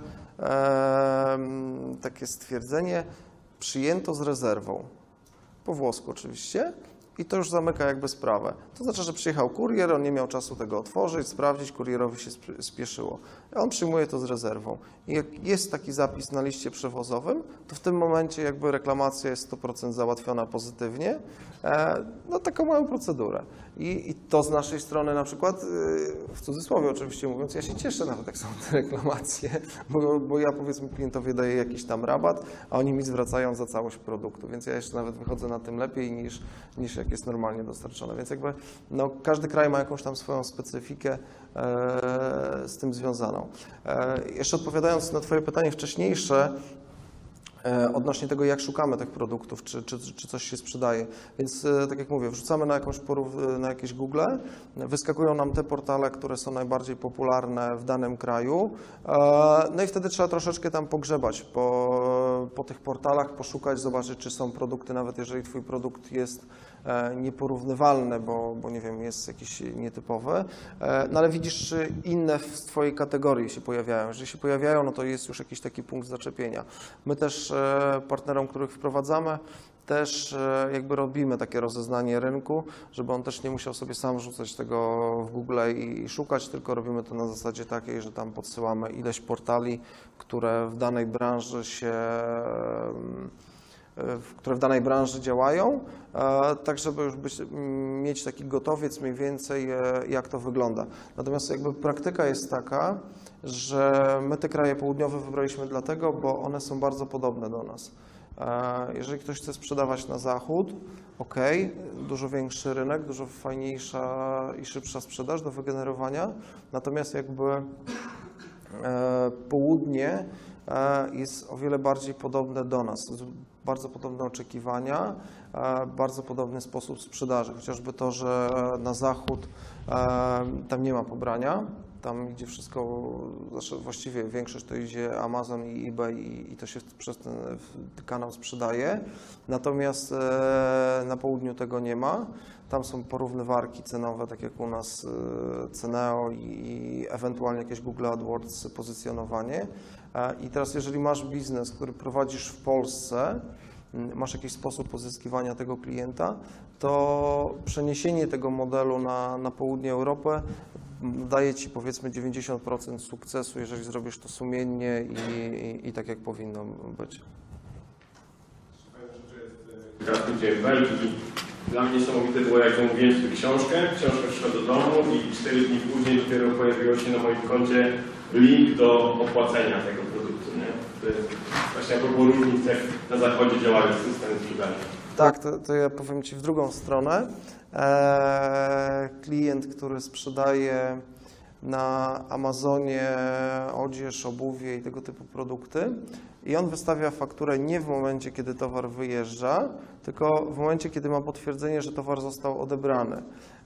takie stwierdzenie: przyjęto z rezerwą, po włosku oczywiście, i to już zamyka jakby sprawę. To znaczy, że przyjechał kurier, on nie miał czasu tego otworzyć, sprawdzić, kurierowi się spieszyło. On przyjmuje to z rezerwą. I jak jest taki zapis na liście przewozowym, to w tym momencie jakby reklamacja jest 100% załatwiona pozytywnie. No taką małą procedurę. I to z naszej strony na przykład, w cudzysłowie oczywiście mówiąc, ja się cieszę nawet, jak są te reklamacje, bo ja, powiedzmy, klientowi daję jakiś tam rabat, a oni mi zwracają za całość produktu, więc ja jeszcze nawet wychodzę na tym lepiej niż jak jest normalnie dostarczone. Więc jakby no, każdy kraj ma jakąś tam swoją specyfikę z tym związaną. Jeszcze odpowiadając na Twoje pytanie wcześniejsze, odnośnie tego, jak szukamy tych produktów, czy coś się sprzedaje. Więc tak jak mówię, wrzucamy na jakieś Google, wyskakują nam te portale, które są najbardziej popularne w danym kraju, no i wtedy trzeba troszeczkę tam pogrzebać po tych portalach, poszukać, zobaczyć, czy są produkty, nawet jeżeli Twój produkt jest nieporównywalny, bo nie wiem, jest jakiś nietypowy, no ale widzisz, czy inne z Twojej kategorii się pojawiają. Jeżeli się pojawiają, no to jest już jakiś taki punkt zaczepienia. My też partnerom, których wprowadzamy, też jakby robimy takie rozeznanie rynku, żeby on też nie musiał sobie sam rzucać tego w Google i szukać, tylko robimy to na zasadzie takiej, że tam podsyłamy ileś portali, które w danej branży działają, tak żeby już mieć taki gotowiec mniej więcej, jak to wygląda. Natomiast jakby praktyka jest taka, że my te kraje południowe wybraliśmy dlatego, bo one są bardzo podobne do nas. Jeżeli ktoś chce sprzedawać na zachód, ok, dużo większy rynek, dużo fajniejsza i szybsza sprzedaż do wygenerowania, natomiast jakby południe jest o wiele bardziej podobne do nas. Bardzo podobne oczekiwania, bardzo podobny sposób sprzedaży. Chociażby to, że na zachód tam nie ma pobrania, tam idzie wszystko, znaczy właściwie większość to idzie Amazon i eBay i to się przez ten kanał sprzedaje. Natomiast na południu tego nie ma. Tam są porównywarki cenowe, tak jak u nas Ceneo i ewentualnie jakieś Google AdWords pozycjonowanie. I teraz jeżeli masz biznes, który prowadzisz w Polsce, masz jakiś sposób pozyskiwania tego klienta, to przeniesienie tego modelu na południe Europy daje Ci powiedzmy 90% sukcesu, jeżeli zrobisz to sumiennie i tak jak powinno być. W Belgii. Dla mnie niesamowite było, jak zamówiłem sobie książka przyszła do domu i 4 dni później dopiero pojawiło się na moim koncie link do opłacenia tego produktu. Nie? To jest właśnie a propos różnic, jak na zachodzie działają systemy sprzedaży. Tak, to ja powiem Ci w drugą stronę. Klient, który sprzedaje na Amazonie odzież, obuwie i tego typu produkty i on wystawia fakturę nie w momencie, kiedy towar wyjeżdża, tylko w momencie, kiedy ma potwierdzenie, że towar został odebrany.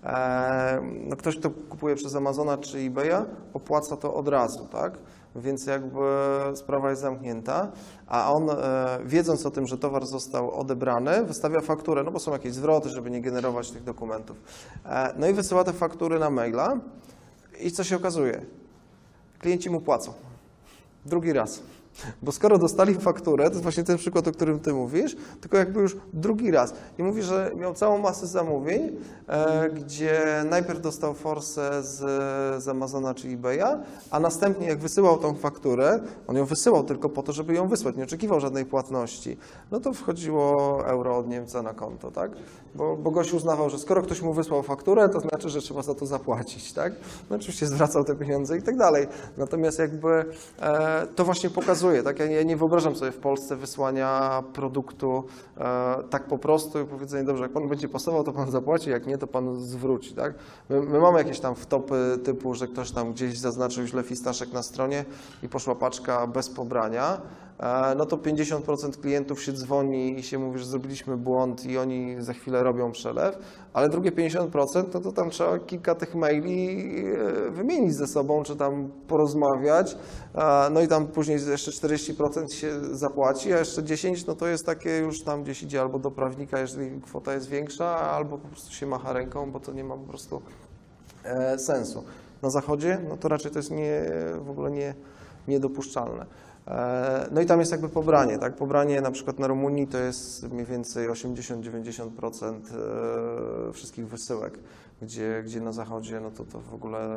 No ktoś, kto kupuje przez Amazona czy eBaya, opłaca to od razu, tak? Więc jakby sprawa jest zamknięta, a on wiedząc o tym, że towar został odebrany, wystawia fakturę, no bo są jakieś zwroty, żeby nie generować tych dokumentów. No i wysyła te faktury na maila i co się okazuje? Klienci mu płacą. Drugi raz. Bo skoro dostali fakturę, to jest właśnie ten przykład, o którym Ty mówisz, tylko jakby już drugi raz. I mówi, że miał całą masę zamówień, gdzie najpierw dostał forsę z Amazona czy eBaya, a następnie jak wysyłał tą fakturę, on ją wysyłał tylko po to, żeby ją wysłać, nie oczekiwał żadnej płatności, no to wchodziło euro od Niemca na konto, tak? Bo gość uznawał, że skoro ktoś mu wysłał fakturę, to znaczy, że trzeba za to zapłacić, tak? No oczywiście zwracał te pieniądze i tak dalej. Natomiast jakby to właśnie pokazuje, tak? Ja nie wyobrażam sobie w Polsce wysłania produktu tak po prostu i powiedzenia, dobrze, jak Pan będzie pasował, to Pan zapłaci, jak nie, to Pan zwróci, tak? My mamy jakieś tam wtopy typu, że ktoś tam gdzieś zaznaczył źle fistaszek na stronie i poszła paczka bez pobrania, no to 50% klientów się dzwoni i się mówi, że zrobiliśmy błąd i oni za chwilę robią przelew, ale drugie 50% to tam trzeba kilka tych maili wymienić ze sobą, czy tam porozmawiać, no i tam później jeszcze 40% się zapłaci, a jeszcze 10% no to jest takie już tam gdzieś idzie albo do prawnika, jeżeli kwota jest większa, albo po prostu się macha ręką, bo to nie ma po prostu sensu. Na zachodzie no to raczej to jest w ogóle niedopuszczalne. No i tam jest jakby pobranie, tak? Pobranie na przykład na Rumunii to jest mniej więcej 80-90% wszystkich wysyłek, gdzie na zachodzie no to w ogóle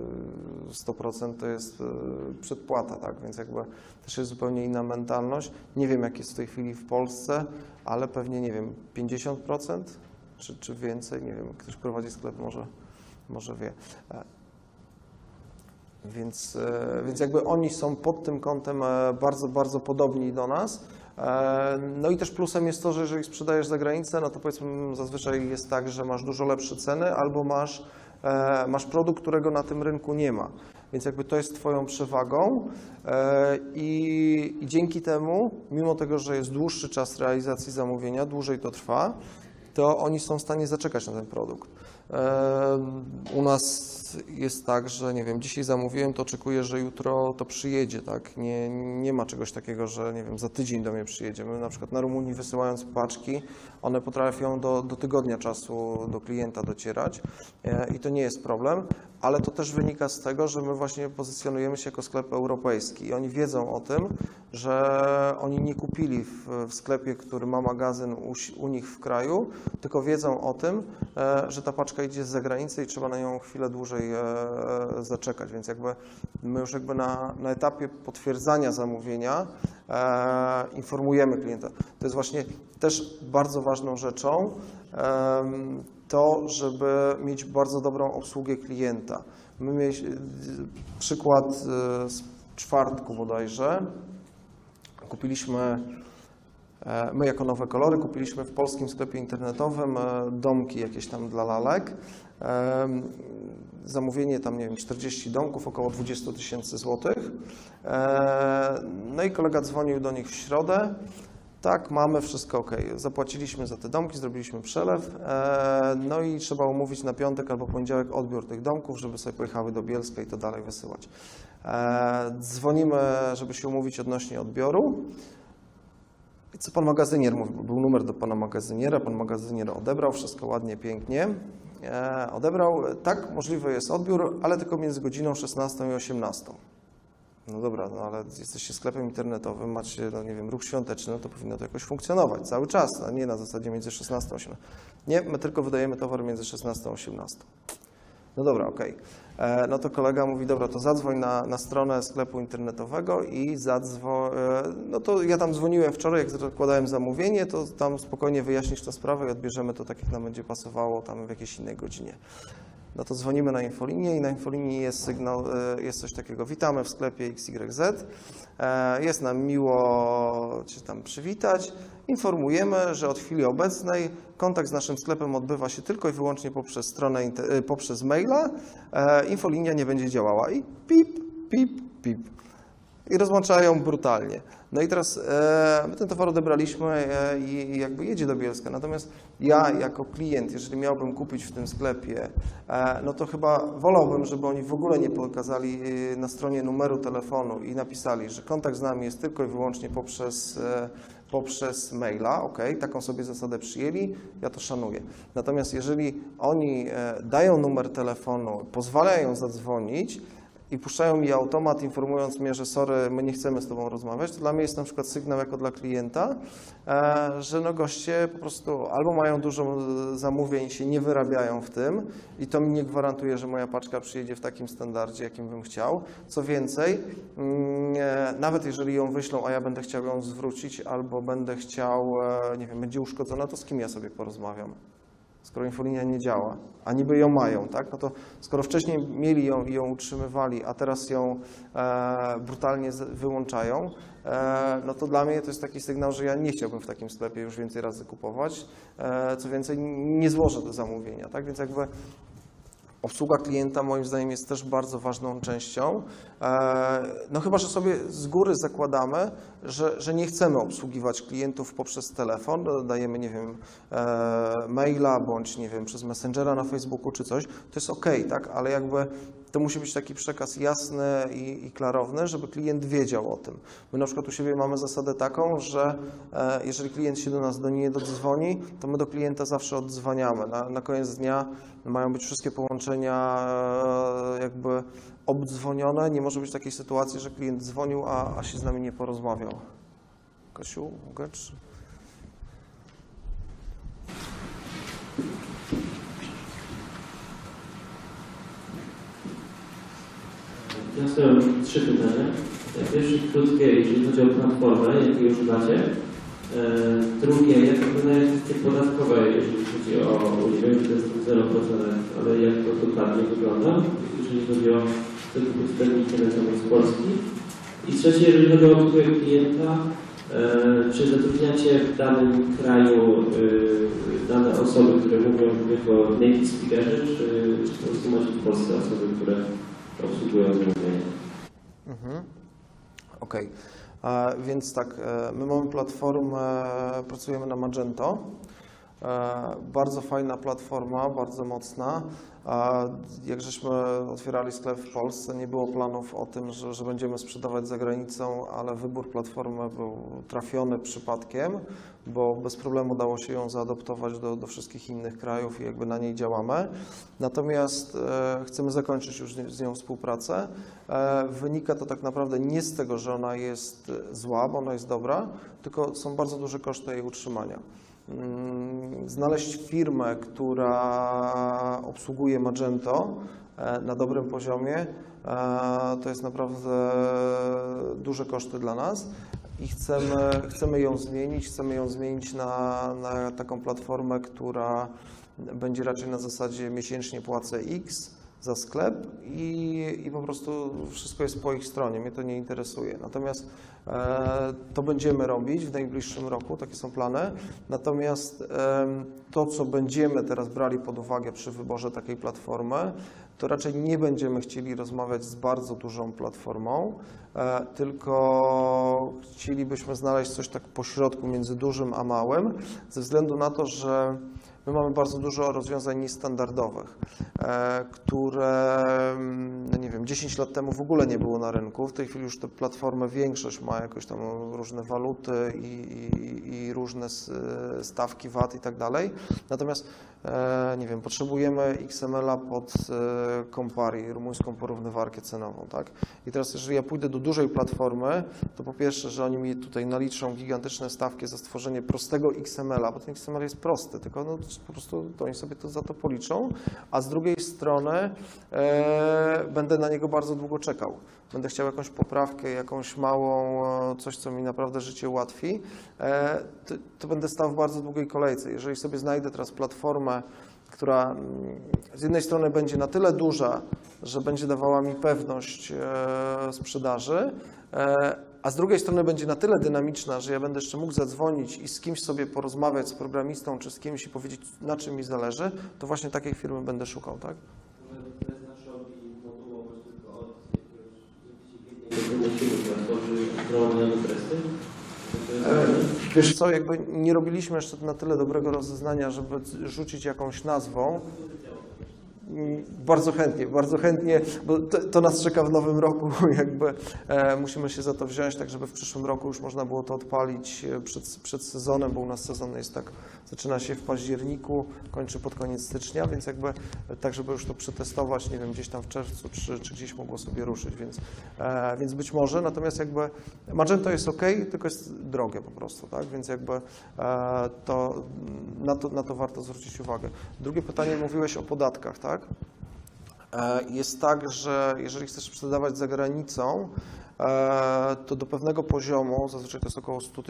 100% to jest przedpłata, tak? Więc jakby też jest zupełnie inna mentalność. Nie wiem, jak jest w tej chwili w Polsce, ale pewnie, nie wiem, 50% czy więcej, nie wiem, ktoś prowadzi sklep, może wie. Więc jakby oni są pod tym kątem bardzo, bardzo podobni do nas. No i też plusem jest to, że jeżeli sprzedajesz za granicę, no to powiedzmy zazwyczaj jest tak, że masz dużo lepsze ceny albo masz produkt, którego na tym rynku nie ma. Więc jakby to jest Twoją przewagą i dzięki temu, mimo tego, że jest dłuższy czas realizacji zamówienia, dłużej to trwa, to oni są w stanie zaczekać na ten produkt. U nas jest tak, że nie wiem, dzisiaj zamówiłem, to oczekuję, że jutro to przyjedzie, tak? Nie ma czegoś takiego, że nie wiem, za tydzień do mnie przyjedzie. My na przykład na Rumunii wysyłając paczki, one potrafią do tygodnia czasu do klienta docierać i to nie jest problem, ale to też wynika z tego, że my właśnie pozycjonujemy się jako sklep europejski i oni wiedzą o tym, że oni nie kupili w sklepie, który ma magazyn u nich w kraju, tylko wiedzą o tym, że ta paczka idzie z zagranicy i trzeba na nią chwilę dłużej zaczekać, więc jakby my już jakby na etapie potwierdzania zamówienia informujemy klienta. To jest właśnie też bardzo ważną rzeczą to, żeby mieć bardzo dobrą obsługę klienta. My mieliśmy przykład z czwartku bodajże. Kupiliśmy, my jako Nowe Kolory kupiliśmy w polskim sklepie internetowym domki jakieś tam dla lalek. Zamówienie tam, nie wiem, 40 domków, około 20 000 złotych. No i kolega dzwonił do nich w środę. Tak, mamy, wszystko ok. Zapłaciliśmy za te domki, zrobiliśmy przelew, no i trzeba umówić na piątek albo poniedziałek odbiór tych domków, żeby sobie pojechały do Bielska i to dalej wysyłać. Dzwonimy, żeby się umówić odnośnie odbioru. I co pan magazynier mówił? Był numer do pana magazyniera, pan magazynier odebrał, wszystko ładnie, pięknie. Odebrał, tak, możliwy jest odbiór, ale tylko między godziną 16 i 18. No dobra, no ale jesteście sklepem internetowym, macie, no nie wiem, ruch świąteczny, no to powinno to jakoś funkcjonować cały czas, a nie na zasadzie między 16 a 18. Nie, my tylko wydajemy towar między 16 a 18. No dobra, okej. No to kolega mówi, dobra, to zadzwoń na stronę sklepu internetowego i no to ja tam dzwoniłem wczoraj, jak zakładałem zamówienie, to tam spokojnie wyjaśnisz tę sprawę i odbierzemy to tak, jak nam będzie pasowało tam w jakiejś innej godzinie. No to dzwonimy na infolinię i na infolinii jest sygnał, jest coś takiego, witamy w sklepie XYZ, jest nam miło Cię tam przywitać, informujemy, że od chwili obecnej kontakt z naszym sklepem odbywa się tylko i wyłącznie poprzez stronę, poprzez maila, infolinia nie będzie działała i pip, pip, pip. I rozłączają brutalnie. No i teraz my ten towar odebraliśmy i jakby jedzie do Bielska. Natomiast ja jako klient, jeżeli miałbym kupić w tym sklepie, no to chyba wolałbym, żeby oni w ogóle nie pokazali na stronie numeru telefonu i napisali, że kontakt z nami jest tylko i wyłącznie poprzez maila. Ok, taką sobie zasadę przyjęli, ja to szanuję. Natomiast jeżeli oni dają numer telefonu, pozwalają zadzwonić, i puszczają mi automat, informując mnie, że sorry, my nie chcemy z Tobą rozmawiać, to dla mnie jest na przykład sygnał jako dla klienta, że no goście po prostu albo mają dużo zamówień i się nie wyrabiają w tym i to mi nie gwarantuje, że moja paczka przyjedzie w takim standardzie, jakim bym chciał. Co więcej, nawet jeżeli ją wyślą, a ja będę chciał ją zwrócić albo będę chciał, nie wiem, będzie uszkodzona, to z kim ja sobie porozmawiam? Skoro infolinia nie działa, a niby ją mają, tak? No to skoro wcześniej mieli ją i ją utrzymywali, a teraz ją brutalnie wyłączają, no to dla mnie to jest taki sygnał, że ja nie chciałbym w takim sklepie już więcej razy kupować. Co więcej, nie złożę do zamówienia, tak? Więc jakby obsługa klienta moim zdaniem jest też bardzo ważną częścią. No chyba, że sobie z góry zakładamy, że nie chcemy obsługiwać klientów poprzez telefon, dajemy, nie wiem, maila bądź, nie wiem, przez Messengera na Facebooku czy coś, to jest ok, tak, ale jakby to musi być taki przekaz jasny i klarowny, żeby klient wiedział o tym. My na przykład u siebie mamy zasadę taką, że jeżeli klient się do nas nie dodzwoni, to my do klienta zawsze oddzwaniamy. Na koniec dnia mają być wszystkie połączenia jakby obdzwonione. Nie może być takiej sytuacji, że klient dzwonił, a się z nami nie porozmawiał. Kasiu, mogę? Ja mam 3 pytania. Pierwsze krótkie, jeżeli chodzi o platformę, jakiej używacie. Drugie, jak wyglądają kwestie podatkowe, jeżeli chodzi o, nie wiem, czy to jest 0%, ale jak to dokładnie wygląda, jeżeli chodzi o tego internetowe z Polski. I trzecie, jeżeli chodzi o obsługę klienta, czy zatrudniacie w danym kraju dane osoby, które mówią jako native speakerzy, czy po prostu macie w Polsce osoby, które obsługują zamówienia. Okej. Więc tak, my mamy platformę, pracujemy na Magento. Bardzo fajna platforma, bardzo mocna. Jak żeśmy otwierali sklep w Polsce, nie było planów o tym, że będziemy sprzedawać za granicą, ale wybór platformy był trafiony przypadkiem, bo bez problemu dało się ją zaadoptować do wszystkich innych krajów i jakby na niej działamy. Natomiast chcemy zakończyć już z nią współpracę. Wynika to tak naprawdę nie z tego, że ona jest zła, bo ona jest dobra, tylko są bardzo duże koszty jej utrzymania. Znaleźć firmę, która obsługuje Magento na dobrym poziomie, to jest naprawdę duże koszty dla nas i chcemy ją zmienić na taką platformę, która będzie raczej na zasadzie miesięcznie płacę X za sklep i po prostu wszystko jest po ich stronie, mnie to nie interesuje. Natomiast to będziemy robić w najbliższym roku, takie są plany. Natomiast to, co będziemy teraz brali pod uwagę przy wyborze takiej platformy, to raczej nie będziemy chcieli rozmawiać z bardzo dużą platformą, tylko chcielibyśmy znaleźć coś tak pośrodku między dużym a małym, ze względu na to, że my mamy bardzo dużo rozwiązań niestandardowych, które, no nie wiem, 10 lat temu w ogóle nie było na rynku. W tej chwili już te platformy, większość ma jakoś tam różne waluty i różne stawki VAT i tak dalej. Natomiast, nie wiem, potrzebujemy XML-a pod Compari, rumuńską porównywarkę cenową, tak? I teraz, jeżeli ja pójdę do dużej platformy, to po pierwsze, że oni mi tutaj naliczą gigantyczne stawki za stworzenie prostego XML-a, bo ten XML jest prosty, tylko no, po prostu to oni sobie to za to policzą, a z drugiej strony będę na niego bardzo długo czekał. Będę chciał jakąś poprawkę, jakąś małą, coś, co mi naprawdę życie ułatwi, to będę stał w bardzo długiej kolejce. Jeżeli sobie znajdę teraz platformę, która z jednej strony będzie na tyle duża, że będzie dawała mi pewność sprzedaży, a z drugiej strony będzie na tyle dynamiczna, że ja będę jeszcze mógł zadzwonić i z kimś sobie porozmawiać, z programistą czy z kimś i powiedzieć, na czym mi zależy, to właśnie takiej firmy będę szukał, tak? Wiesz co, jakby nie robiliśmy jeszcze na tyle dobrego rozeznania, żeby rzucić jakąś nazwą. Bardzo chętnie, bo to nas czeka w nowym roku, jakby musimy się za to wziąć, tak żeby w przyszłym roku już można było to odpalić przed sezonem, bo u nas sezon jest tak, zaczyna się w październiku, kończy pod koniec stycznia, więc jakby tak, żeby już to przetestować, nie wiem, gdzieś tam w czerwcu, czy gdzieś mogło sobie ruszyć, więc być może, natomiast jakby Magento jest ok, tylko jest drogie po prostu, tak, więc jakby na to warto zwrócić uwagę. Drugie pytanie, mówiłeś o podatkach, tak? Jest tak, że jeżeli chcesz sprzedawać za granicą, to do pewnego poziomu, zazwyczaj to jest około 100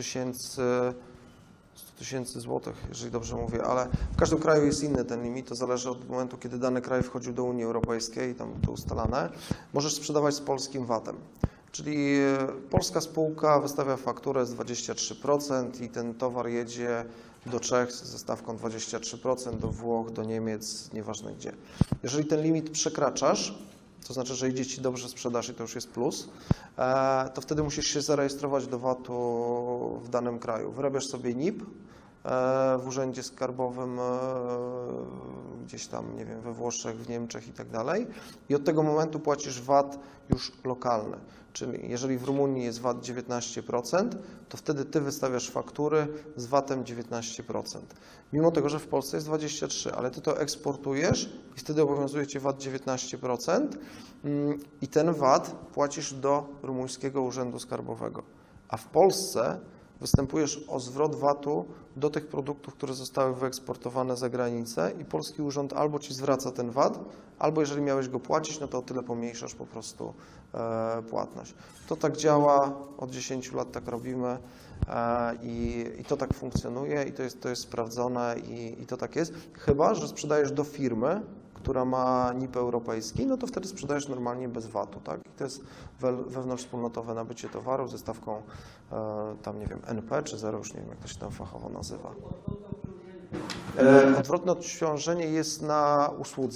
tysięcy złotych, jeżeli dobrze mówię, ale w każdym kraju jest inny ten limit, to zależy od momentu, kiedy dany kraj wchodził do Unii Europejskiej i tam to ustalane. Możesz sprzedawać z polskim VAT-em. Czyli polska spółka wystawia fakturę z 23% i ten towar jedzie do Czech ze stawką 23%, do Włoch, do Niemiec, nieważne gdzie. Jeżeli ten limit przekraczasz, to znaczy, że idzie Ci dobrze sprzedaż i to już jest plus, to wtedy musisz się zarejestrować do VAT-u w danym kraju. Wyrabiasz sobie NIP w urzędzie skarbowym gdzieś tam, nie wiem, we Włoszech, w Niemczech i tak dalej i od tego momentu płacisz VAT już lokalny. Czyli jeżeli w Rumunii jest VAT 19%, to wtedy Ty wystawiasz faktury z VAT-em 19%. Mimo tego, że w Polsce jest 23%, ale Ty to eksportujesz i wtedy obowiązuje Cię VAT 19% i ten VAT płacisz do rumuńskiego urzędu skarbowego. A w Polsce występujesz o zwrot VAT-u do tych produktów, które zostały wyeksportowane za granicę i polski urząd albo Ci zwraca ten VAT, albo jeżeli miałeś go płacić, no to o tyle pomniejszasz po prostu płatność. To tak działa, od 10 lat tak robimy i to tak funkcjonuje i to jest sprawdzone i to tak jest. Chyba że sprzedajesz do firmy, która ma NIP europejski, no to wtedy sprzedajesz normalnie bez VAT-u, tak? I to jest wewnątrzwspólnotowe nabycie towaru ze stawką tam, nie wiem, NP czy 0, już nie wiem, jak to się tam fachowo nazywa. Odwrotne odciążenie jest na usłudze.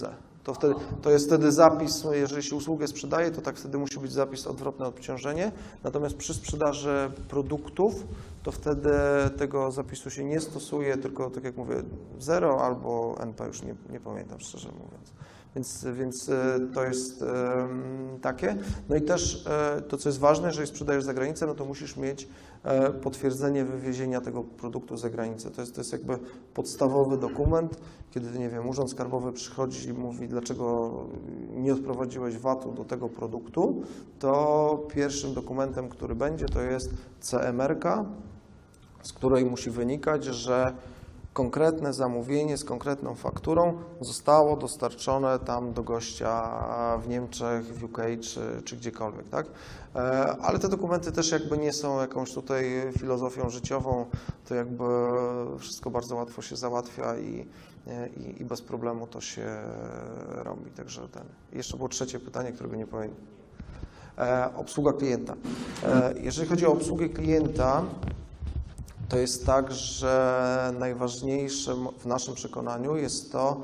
To jest wtedy zapis, jeżeli się usługę sprzedaje, to tak wtedy musi być zapis odwrotne obciążenie, natomiast przy sprzedaży produktów, to wtedy tego zapisu się nie stosuje, tylko tak jak mówię, 0 albo NP, już nie pamiętam szczerze mówiąc. Więc to jest takie. No i też to, co jest ważne, jeżeli sprzedajesz za granicę, no to musisz mieć potwierdzenie wywiezienia tego produktu za granicę. To jest jakby podstawowy dokument, kiedy, nie wiem, Urząd Skarbowy przychodzi i mówi, dlaczego nie odprowadziłeś VAT-u do tego produktu, to pierwszym dokumentem, który będzie, to jest CMR-ka, z której musi wynikać, że konkretne zamówienie z konkretną fakturą zostało dostarczone tam do gościa w Niemczech, w UK czy gdziekolwiek, tak? Ale te dokumenty też jakby nie są jakąś tutaj filozofią życiową, to jakby wszystko bardzo łatwo się załatwia i bez problemu to się robi. Także jeszcze było trzecie pytanie, którego nie pamiętam. Obsługa klienta. Jeżeli chodzi o obsługę klienta, to jest tak, że najważniejsze w naszym przekonaniu jest to,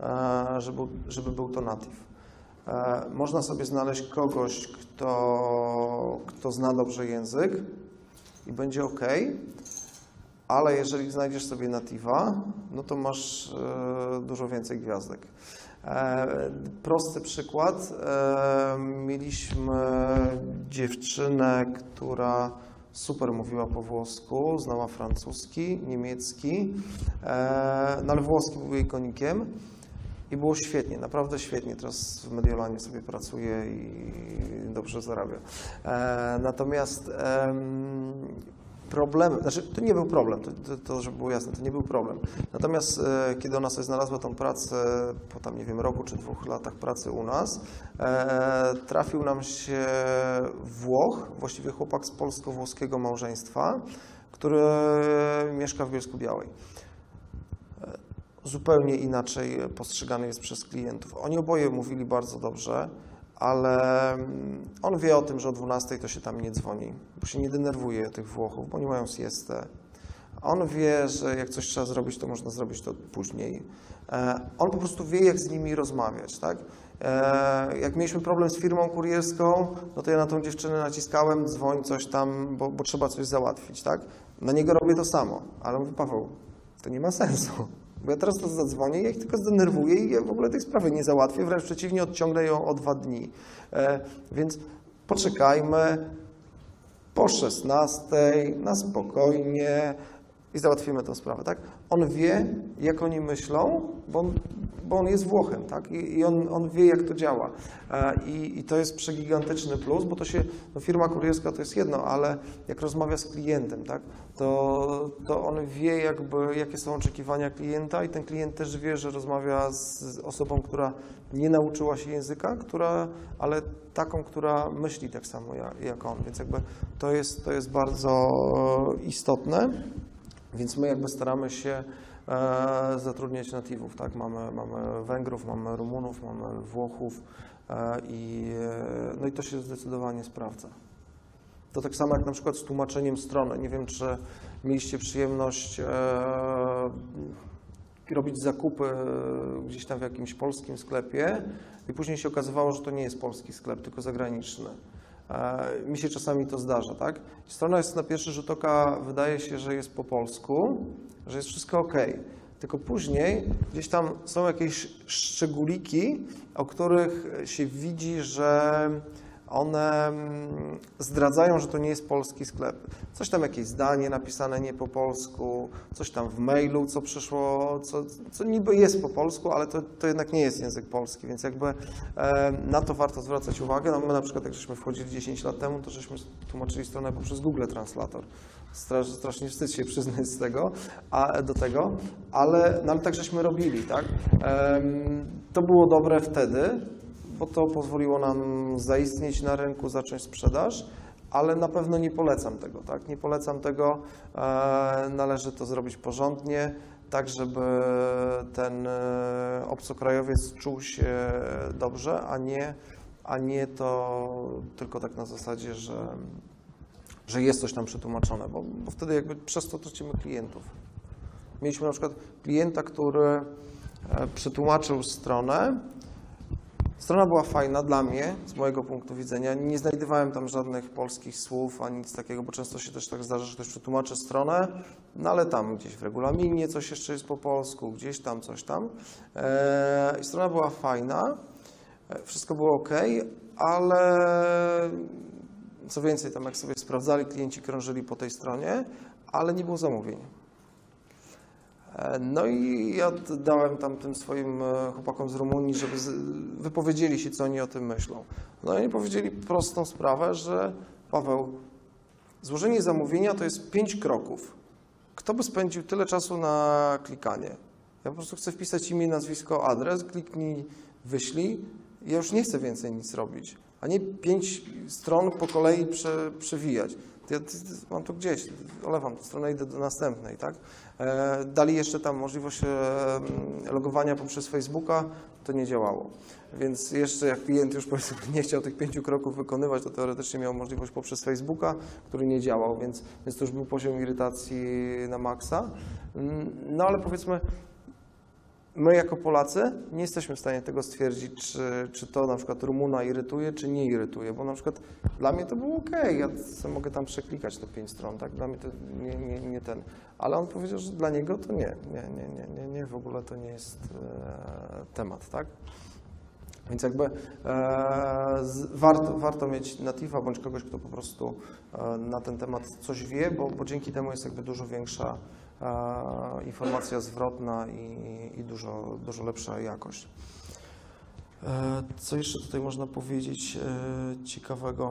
żeby był to native. Można sobie znaleźć kogoś, kto zna dobrze język i będzie OK, ale jeżeli znajdziesz sobie native'a, no to masz dużo więcej gwiazdek. Prosty przykład. Mieliśmy dziewczynę, która super mówiła po włosku, znała francuski, niemiecki, no ale włoski był jej konikiem i było świetnie, naprawdę świetnie. Teraz w Mediolanie sobie pracuje i dobrze zarabia. Natomiast problem, znaczy to nie był problem, to żeby było jasne, to nie był problem. Natomiast kiedy ona sobie znalazła tą pracę po tam, nie wiem, roku czy 2 latach pracy u nas, trafił nam się Włoch, właściwie chłopak z polsko-włoskiego małżeństwa, który mieszka w Bielsku-Białej. Zupełnie inaczej postrzegany jest przez klientów. Oni oboje mówili bardzo dobrze, ale on wie o tym, że o 12 to się tam nie dzwoni, bo się nie denerwuje tych Włochów, bo oni mają siestę. On wie, że jak coś trzeba zrobić, to można zrobić to później. On po prostu wie, jak z nimi rozmawiać, tak? Jak mieliśmy problem z firmą kurierską, no to ja na tą dziewczynę naciskałem, dzwoń coś tam, bo trzeba coś załatwić, tak? Na niego robię to samo, ale mówię, Paweł, to nie ma sensu. Bo ja teraz to zadzwonię, ja ich tylko zdenerwuję i ja w ogóle tej sprawy nie załatwię, wręcz przeciwnie, odciągnę ją o 2 dni. Więc poczekajmy po 16 na spokojnie i załatwimy tę sprawę, tak? On wie, jak oni myślą, bo on jest Włochem, tak? I on wie, jak to działa. I to jest przegigantyczny plus, bo to się, no firma kurierska to jest jedno, ale jak rozmawia z klientem, tak? To on wie, jakby, jakie są oczekiwania klienta i ten klient też wie, że rozmawia z osobą, która nie nauczyła się języka, ale taką, która myśli tak samo jak on, więc jakby to jest bardzo istotne. Więc my jakby staramy się zatrudniać native'ów, tak? Mamy Węgrów, mamy Rumunów, mamy Włochów no i to się zdecydowanie sprawdza. To tak samo jak na przykład z tłumaczeniem strony. Nie wiem, czy mieliście przyjemność robić zakupy gdzieś tam w jakimś polskim sklepie i później się okazywało, że to nie jest polski sklep, tylko zagraniczny. Mi się czasami to zdarza, tak? Strona jest na pierwszy rzut oka, wydaje się, że jest po polsku, że jest wszystko OK. Tylko później gdzieś tam są jakieś szczególiki, o których się widzi, że one zdradzają, że to nie jest polski sklep. Coś tam, jakieś zdanie napisane nie po polsku, coś tam w mailu, co przyszło, co niby jest po polsku, ale to jednak nie jest język polski, więc jakby na to warto zwracać uwagę. No my na przykład, jak żeśmy wchodzili 10 lat temu, to żeśmy tłumaczyli stronę poprzez Google Translator. Strasznie wstyd się przyznać do tego, ale tak żeśmy robili, tak? To było dobre wtedy, bo to pozwoliło nam zaistnieć na rynku, zacząć sprzedaż, ale na pewno nie polecam tego, tak? Nie polecam tego, należy to zrobić porządnie, tak żeby ten obcokrajowiec czuł się dobrze, a nie to tylko tak na zasadzie, że jest coś tam przetłumaczone, bo wtedy jakby przez to tracimy klientów. Mieliśmy na przykład klienta, który przetłumaczył stronę Strona była fajna dla mnie, z mojego punktu widzenia. Nie znajdowałem tam żadnych polskich słów, ani nic takiego, bo często się też tak zdarza, że ktoś przetłumaczy stronę, no ale tam gdzieś w regulaminie coś jeszcze jest po polsku, gdzieś tam, coś tam. I strona była fajna, wszystko było ok, ale co więcej, tam jak sobie sprawdzali, klienci krążyli po tej stronie, ale nie było zamówień. No i ja dałem tam tym swoim chłopakom z Rumunii, żeby wypowiedzieli się, co oni o tym myślą. No i oni powiedzieli prostą sprawę, że Paweł, złożenie zamówienia to jest 5 kroków. Kto by spędził tyle czasu na klikanie? Ja po prostu chcę wpisać imię, nazwisko, adres, kliknij, wyślij. Ja już nie chcę więcej nic robić, a nie 5 stron po kolei przewijać. Mam to gdzieś, olewam tę stronę, idę do następnej, tak? Dali jeszcze tam możliwość logowania poprzez Facebooka, to nie działało. Więc jeszcze jak klient już powiedzmy nie chciał tych 5 kroków wykonywać, to teoretycznie miał możliwość poprzez Facebooka, który nie działał, więc to już był poziom irytacji na maksa. No ale powiedzmy, my jako Polacy nie jesteśmy w stanie tego stwierdzić, czy to na przykład Rumuna irytuje, czy nie irytuje, bo na przykład dla mnie to było ok, ja sobie mogę tam przeklikać te 5 stron, tak, dla mnie to nie ten, ale on powiedział, że dla niego to nie, w ogóle to nie jest temat, tak. Więc jakby warto mieć native'a bądź kogoś, kto po prostu na ten temat coś wie, bo dzięki temu jest jakby dużo większa informacja zwrotna i dużo lepsza jakość. Co jeszcze tutaj można powiedzieć ciekawego?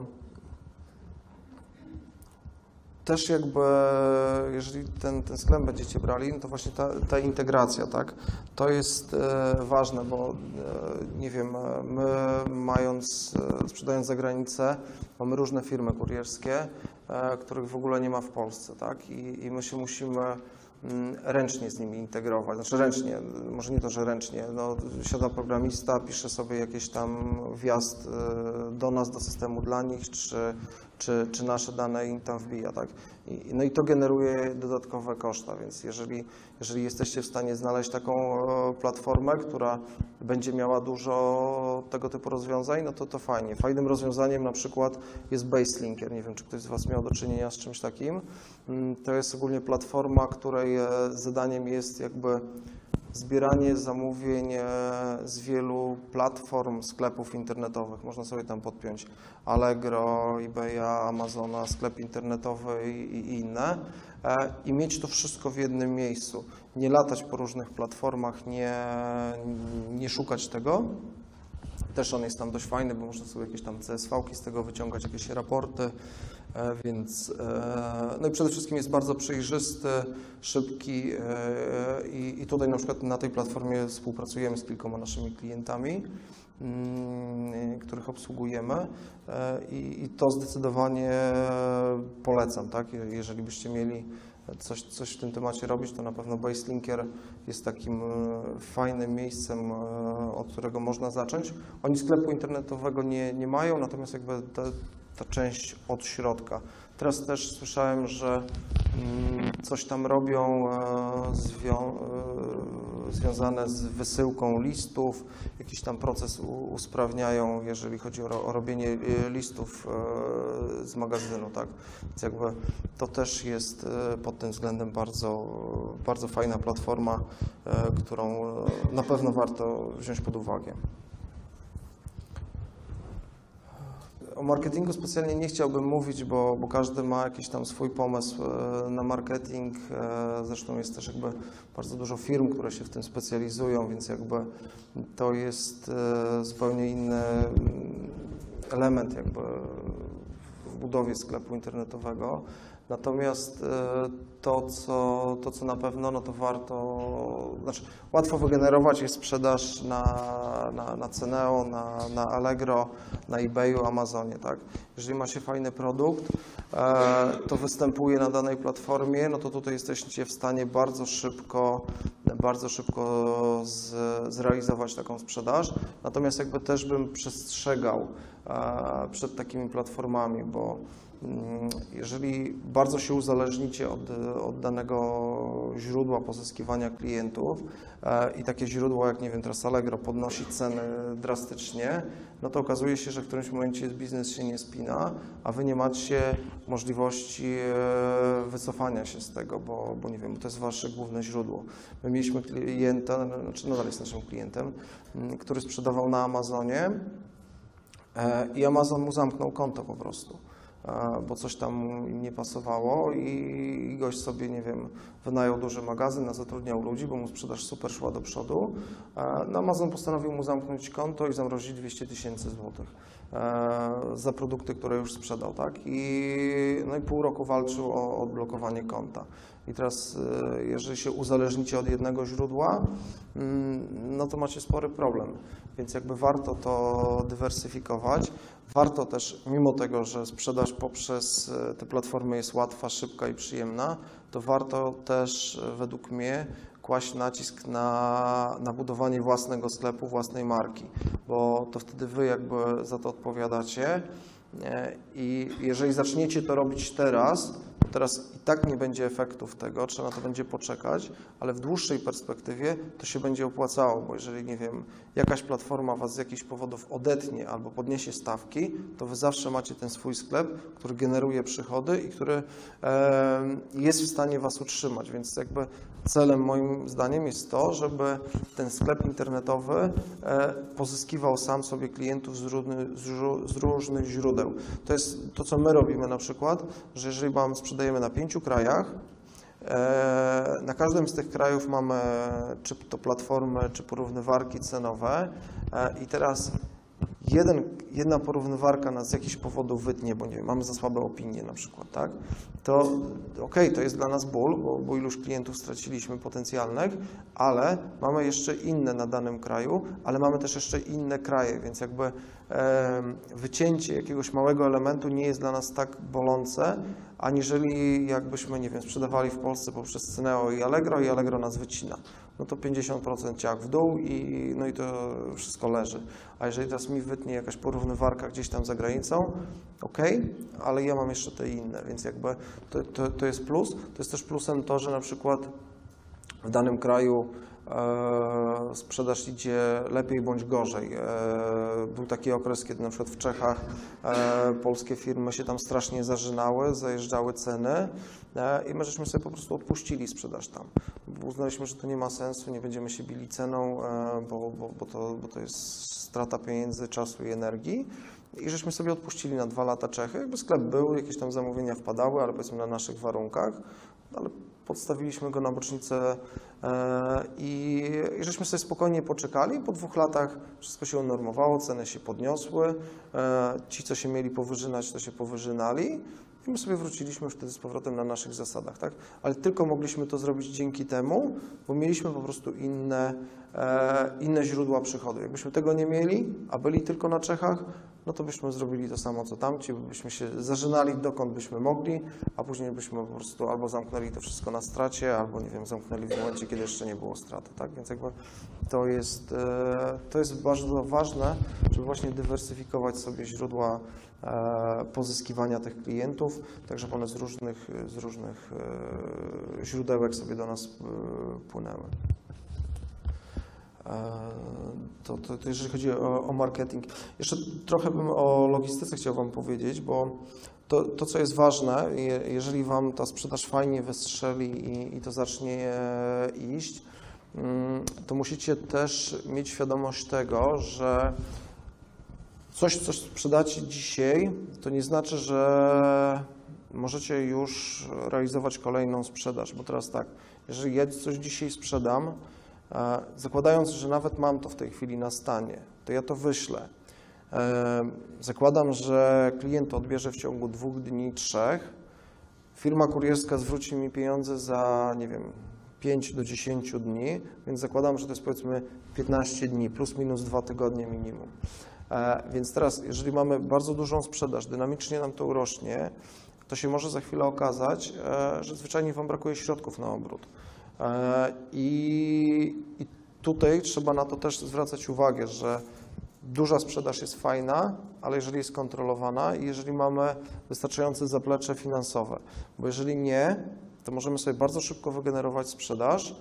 Też jakby, jeżeli ten sklep będziecie brali, no to właśnie ta integracja, tak? To jest ważne, bo nie wiem, my sprzedając za granicę, mamy różne firmy kurierskie, których w ogóle nie ma w Polsce, tak? I my się musimy ręcznie z nimi integrować, znaczy ręcznie, może nie to, że ręcznie, no siada programista, pisze sobie jakiś tam wjazd do nas, do systemu dla nich, czy nasze dane im tam wbija, tak? No i to generuje dodatkowe koszta, więc jeżeli jesteście w stanie znaleźć taką platformę, która będzie miała dużo tego typu rozwiązań, no to fajnie. Fajnym rozwiązaniem na przykład jest Baselinker. Nie wiem, czy ktoś z Was miał do czynienia z czymś takim. To jest ogólnie platforma, której zadaniem jest jakby zbieranie zamówień z wielu platform, sklepów internetowych. Można sobie tam podpiąć Allegro, eBaya, Amazona, sklep internetowy i inne i mieć to wszystko w jednym miejscu. Nie latać po różnych platformach, nie szukać tego. Też on jest tam dość fajny, bo można sobie jakieś tam CSV-ki z tego wyciągać, jakieś raporty, więc no i przede wszystkim jest bardzo przejrzysty, szybki i tutaj na przykład na tej platformie współpracujemy z kilkoma naszymi klientami, których obsługujemy i to zdecydowanie polecam, tak? Jeżeli byście mieli coś w tym temacie robić, to na pewno Baselinker jest takim fajnym miejscem, od którego można zacząć. Oni sklepu internetowego nie mają, natomiast jakby ta część od środka. Teraz też słyszałem, że coś tam robią związane z wysyłką listów, jakiś tam proces usprawniają, jeżeli chodzi o robienie listów z magazynu, tak? Więc jakby to też jest pod tym względem bardzo fajna platforma, którą na pewno warto wziąć pod uwagę. O marketingu specjalnie nie chciałbym mówić, bo każdy ma jakiś tam swój pomysł na marketing. Zresztą jest też jakby bardzo dużo firm, które się w tym specjalizują, więc jakby to jest zupełnie inny element jakby w budowie sklepu internetowego. Natomiast to, co na pewno, no to warto, znaczy łatwo wygenerować jest sprzedaż na Ceneo, na Allegro, na eBayu, Amazonie, tak? Jeżeli ma się fajny produkt, to występuje na danej platformie, no to tutaj jesteście w stanie bardzo szybko zrealizować taką sprzedaż. Natomiast jakby też bym przestrzegał przed takimi platformami, bo Jeżeli bardzo się uzależnicie od danego źródła pozyskiwania klientów i takie źródło jak, nie wiem, teraz Allegro podnosi ceny drastycznie, no to okazuje się, że w którymś momencie biznes się nie spina, a wy nie macie możliwości wycofania się z tego, bo nie wiem, bo to jest wasze główne źródło. My mieliśmy klienta, znaczy nadal jest naszym klientem, który sprzedawał na Amazonie i Amazon mu zamknął konto po prostu, bo coś tam im nie pasowało i gość sobie, nie wiem, wynajął duży magazyn, zatrudniał ludzi, bo mu sprzedaż super szła do przodu. No Amazon postanowił mu zamknąć konto i zamrozić 200 000 złotych za produkty, które już sprzedał, tak? No i pół roku walczył o odblokowanie konta. I teraz, jeżeli się uzależnicie od jednego źródła, no to macie spory problem. Więc jakby warto to dywersyfikować. Warto też, mimo tego, że sprzedaż poprzez te platformy jest łatwa, szybka i przyjemna, to warto też według mnie kłaść nacisk na budowanie własnego sklepu, własnej marki, bo to wtedy wy jakby za to odpowiadacie i jeżeli zaczniecie to robić teraz, to teraz i tak nie będzie efektów tego, trzeba na to będzie poczekać, ale w dłuższej perspektywie to się będzie opłacało, bo jeżeli, nie wiem, jakaś platforma was z jakichś powodów odetnie albo podniesie stawki, to wy zawsze macie ten swój sklep, który generuje przychody i który jest w stanie was utrzymać, więc jakby celem moim zdaniem jest to, żeby ten sklep internetowy pozyskiwał sam sobie klientów z różnych źródeł. To jest to, co my robimy na przykład, że jeżeli sprzedajemy na 5 krajach, na każdym z tych krajów mamy czy to platformy, czy porównywarki cenowe i teraz jedna porównywarka nas z jakichś powodów wytnie, bo nie wiem, mamy za słabe opinie na przykład, tak? To okej, to jest dla nas ból, bo iluś klientów straciliśmy potencjalnych, ale mamy jeszcze inne na danym kraju, ale mamy też jeszcze inne kraje, więc jakby wycięcie jakiegoś małego elementu nie jest dla nas tak bolące, aniżeli jakbyśmy, nie wiem, sprzedawali w Polsce poprzez Cyneo i Allegro nas wycina. No to 50% ciach w dół i to wszystko leży. A jeżeli teraz mi wytnie jakaś porównywarka gdzieś tam za granicą, okej, ale ja mam jeszcze te inne, więc jakby to jest plus. To jest też plusem to, że na przykład w danym kraju sprzedaż idzie lepiej bądź gorzej. Był taki okres, kiedy na przykład w Czechach polskie firmy się tam strasznie zażynały, zajeżdżały ceny i my żeśmy sobie po prostu odpuścili sprzedaż tam. Bo uznaliśmy, że to nie ma sensu, nie będziemy się bili ceną, bo to jest strata pieniędzy, czasu i energii. I żeśmy sobie odpuścili na 2 lata Czechy. Jakby sklep był, jakieś tam zamówienia wpadały, ale powiedzmy na naszych warunkach. Ale podstawiliśmy go na bocznicę i żeśmy sobie spokojnie poczekali. Po 2 latach wszystko się unormowało, ceny się podniosły. Ci, co się mieli powyżynać, to się powyżynali. I my sobie wróciliśmy już wtedy z powrotem na naszych zasadach, tak? Ale tylko mogliśmy to zrobić dzięki temu, bo mieliśmy po prostu inne źródła przychodu. Jakbyśmy tego nie mieli, a byli tylko na Czechach, no to byśmy zrobili to samo co tamci, byśmy się zażynali dokąd byśmy mogli, a później byśmy po prostu albo zamknęli to wszystko na stracie, albo nie wiem, zamknęli w momencie, kiedy jeszcze nie było straty, tak? Więc jakby to jest bardzo ważne, żeby właśnie dywersyfikować sobie źródła pozyskiwania tych klientów, tak żeby one z różnych źródełek sobie do nas płynęły. To jeżeli chodzi o marketing. Jeszcze trochę bym o logistyce chciał Wam powiedzieć, bo to co jest ważne, jeżeli Wam ta sprzedaż fajnie wystrzeli i to zacznie iść, to musicie też mieć świadomość tego, że coś, co sprzedacie dzisiaj, to nie znaczy, że możecie już realizować kolejną sprzedaż, bo teraz tak, jeżeli ja coś dzisiaj sprzedam, zakładając, że nawet mam to w tej chwili na stanie, to ja to wyślę. Zakładam, że klient to odbierze w ciągu 2 dni, 3. Firma kurierska zwróci mi pieniądze za, nie wiem, 5 do 10 dni, więc zakładam, że to jest powiedzmy 15 dni, plus minus 2 tygodnie minimum. Więc teraz, jeżeli mamy bardzo dużą sprzedaż, dynamicznie nam to urośnie, to się może za chwilę okazać, że zwyczajnie Wam brakuje środków na obrót. I tutaj trzeba na to też zwracać uwagę, że duża sprzedaż jest fajna, ale jeżeli jest kontrolowana i jeżeli mamy wystarczające zaplecze finansowe, bo jeżeli nie, to możemy sobie bardzo szybko wygenerować sprzedaż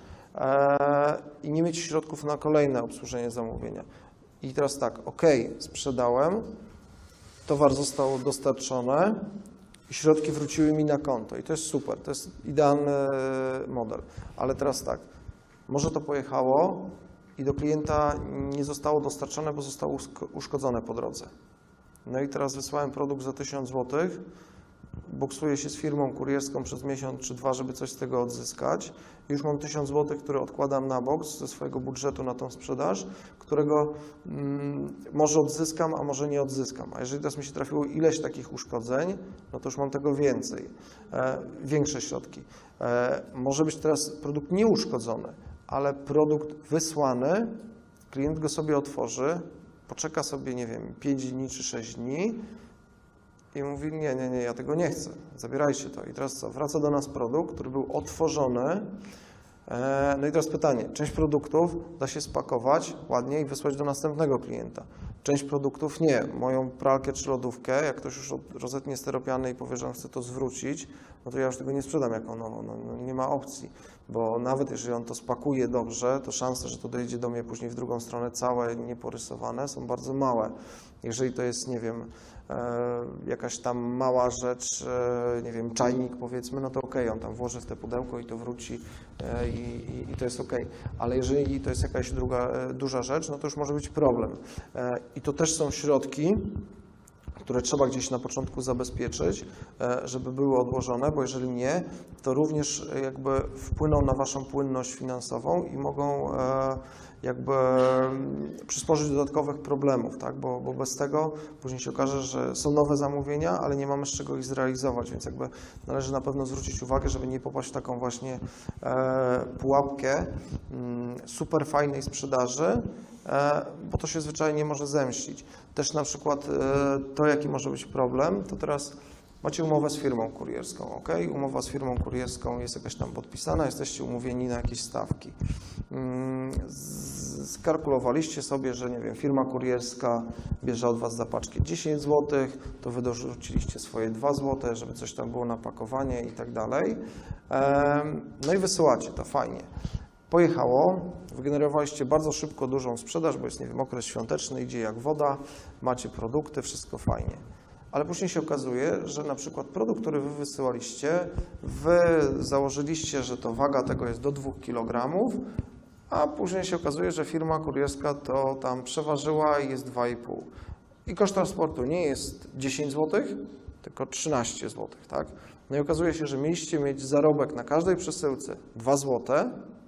i nie mieć środków na kolejne obsłużenie zamówienia. I teraz tak, ok, sprzedałem, towar został dostarczony i środki wróciły mi na konto i to jest super, to jest idealny model, ale teraz tak, może to pojechało i do klienta nie zostało dostarczone, bo zostało uszkodzone po drodze. No i teraz wysłałem produkt za 1000 zł, boksuję się z firmą kurierską przez miesiąc czy dwa, żeby coś z tego odzyskać. Już mam 1000 zł, które odkładam na boks ze swojego budżetu na tą sprzedaż, którego może odzyskam, a może nie odzyskam. A jeżeli teraz mi się trafiło ileś takich uszkodzeń, no to już mam tego więcej, większe środki. Może być teraz produkt nieuszkodzony, ale produkt wysłany, klient go sobie otworzy, poczeka sobie, nie wiem, 5 dni czy 6 dni i mówi, nie, ja tego nie chcę, zabierajcie to. I teraz co? Wraca do nas produkt, który był otworzony. No i teraz pytanie, część produktów da się spakować ładnie i wysłać do następnego klienta. Część produktów nie. Moją pralkę czy lodówkę, jak ktoś już rozetnie steropiany i powie, że on chce to zwrócić, no to ja już tego nie sprzedam jako nowo. No nie ma opcji, bo nawet jeżeli on to spakuje dobrze, to szanse, że to dojdzie do mnie później w drugą stronę całe, nieporysowane, są bardzo małe. Jeżeli to jest, nie wiem, jakaś tam mała rzecz, nie wiem, czajnik powiedzmy, no to okej, on tam włoży w te pudełko i to wróci i to jest okej. Ale jeżeli to jest jakaś duża rzecz, no to już może być problem. I to też są środki, które trzeba gdzieś na początku zabezpieczyć, żeby były odłożone, bo jeżeli nie, to również jakby wpłyną na waszą płynność finansową i mogą jakby przysporzyć dodatkowych problemów, tak? Bo bez tego później się okaże, że są nowe zamówienia, ale nie mamy z czego ich zrealizować, więc jakby należy na pewno zwrócić uwagę, żeby nie popaść w taką właśnie pułapkę super fajnej sprzedaży, bo to się zwyczajnie może zemścić. Też na przykład to, jaki może być problem, to teraz macie umowę z firmą kurierską, ok? Umowa z firmą kurierską jest jakaś tam podpisana, jesteście umówieni na jakieś stawki. Skalkulowaliście sobie, że nie wiem, firma kurierska bierze od was za paczkę 10 zł, to wy dorzuciliście swoje 2 zł, żeby coś tam było na pakowanie i tak dalej. No i wysyłacie to, fajnie. Pojechało, wygenerowaliście bardzo szybko dużą sprzedaż, bo jest, nie wiem, okres świąteczny, idzie jak woda, macie produkty, wszystko fajnie. Ale później się okazuje, że na przykład produkt, który wy wysyłaliście, wy założyliście, że to waga tego jest do 2 kg, a później się okazuje, że firma kurierska to tam przeważyła i jest 2,5. I koszt transportu nie jest 10 zł, tylko 13 zł, tak? No i okazuje się, że mieliście mieć zarobek na każdej przesyłce 2 zł,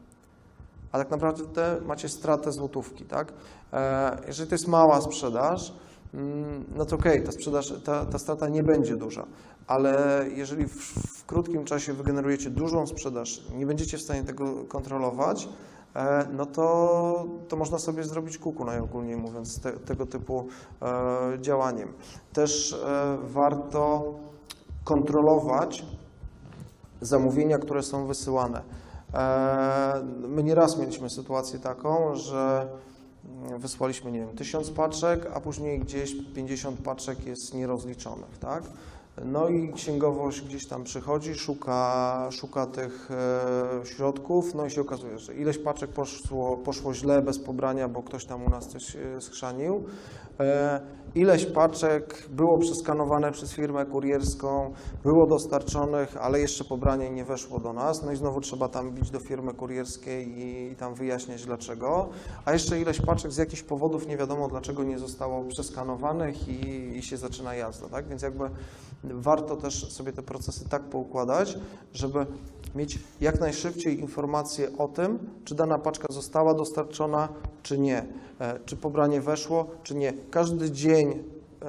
a tak naprawdę macie stratę złotówki, tak? Jeżeli to jest mała sprzedaż, no to okej, ta strata nie będzie duża, ale jeżeli w krótkim czasie wygenerujecie dużą sprzedaż, nie będziecie w stanie tego kontrolować, no to można sobie zrobić kuku, najogólniej mówiąc, tego typu działaniem. Też warto kontrolować zamówienia, które są wysyłane. My nieraz mieliśmy sytuację taką, że wysłaliśmy, nie wiem, 1000 paczek, a później gdzieś 50 paczek jest nierozliczonych, tak? No i księgowość gdzieś tam przychodzi, szuka tych środków, no i się okazuje, że ileś paczek poszło źle, bez pobrania, bo ktoś tam u nas coś schrzanił. Ileś paczek było przeskanowane przez firmę kurierską, było dostarczonych, ale jeszcze pobranie nie weszło do nas, no i znowu trzeba tam bić do firmy kurierskiej i tam wyjaśniać dlaczego, a jeszcze ileś paczek z jakichś powodów nie wiadomo dlaczego nie zostało przeskanowanych i się zaczyna jazda, tak? Więc jakby warto też sobie te procesy tak poukładać, żeby mieć jak najszybciej informacje o tym, czy dana paczka została dostarczona, czy nie, czy pobranie weszło, czy nie. Każdy dzień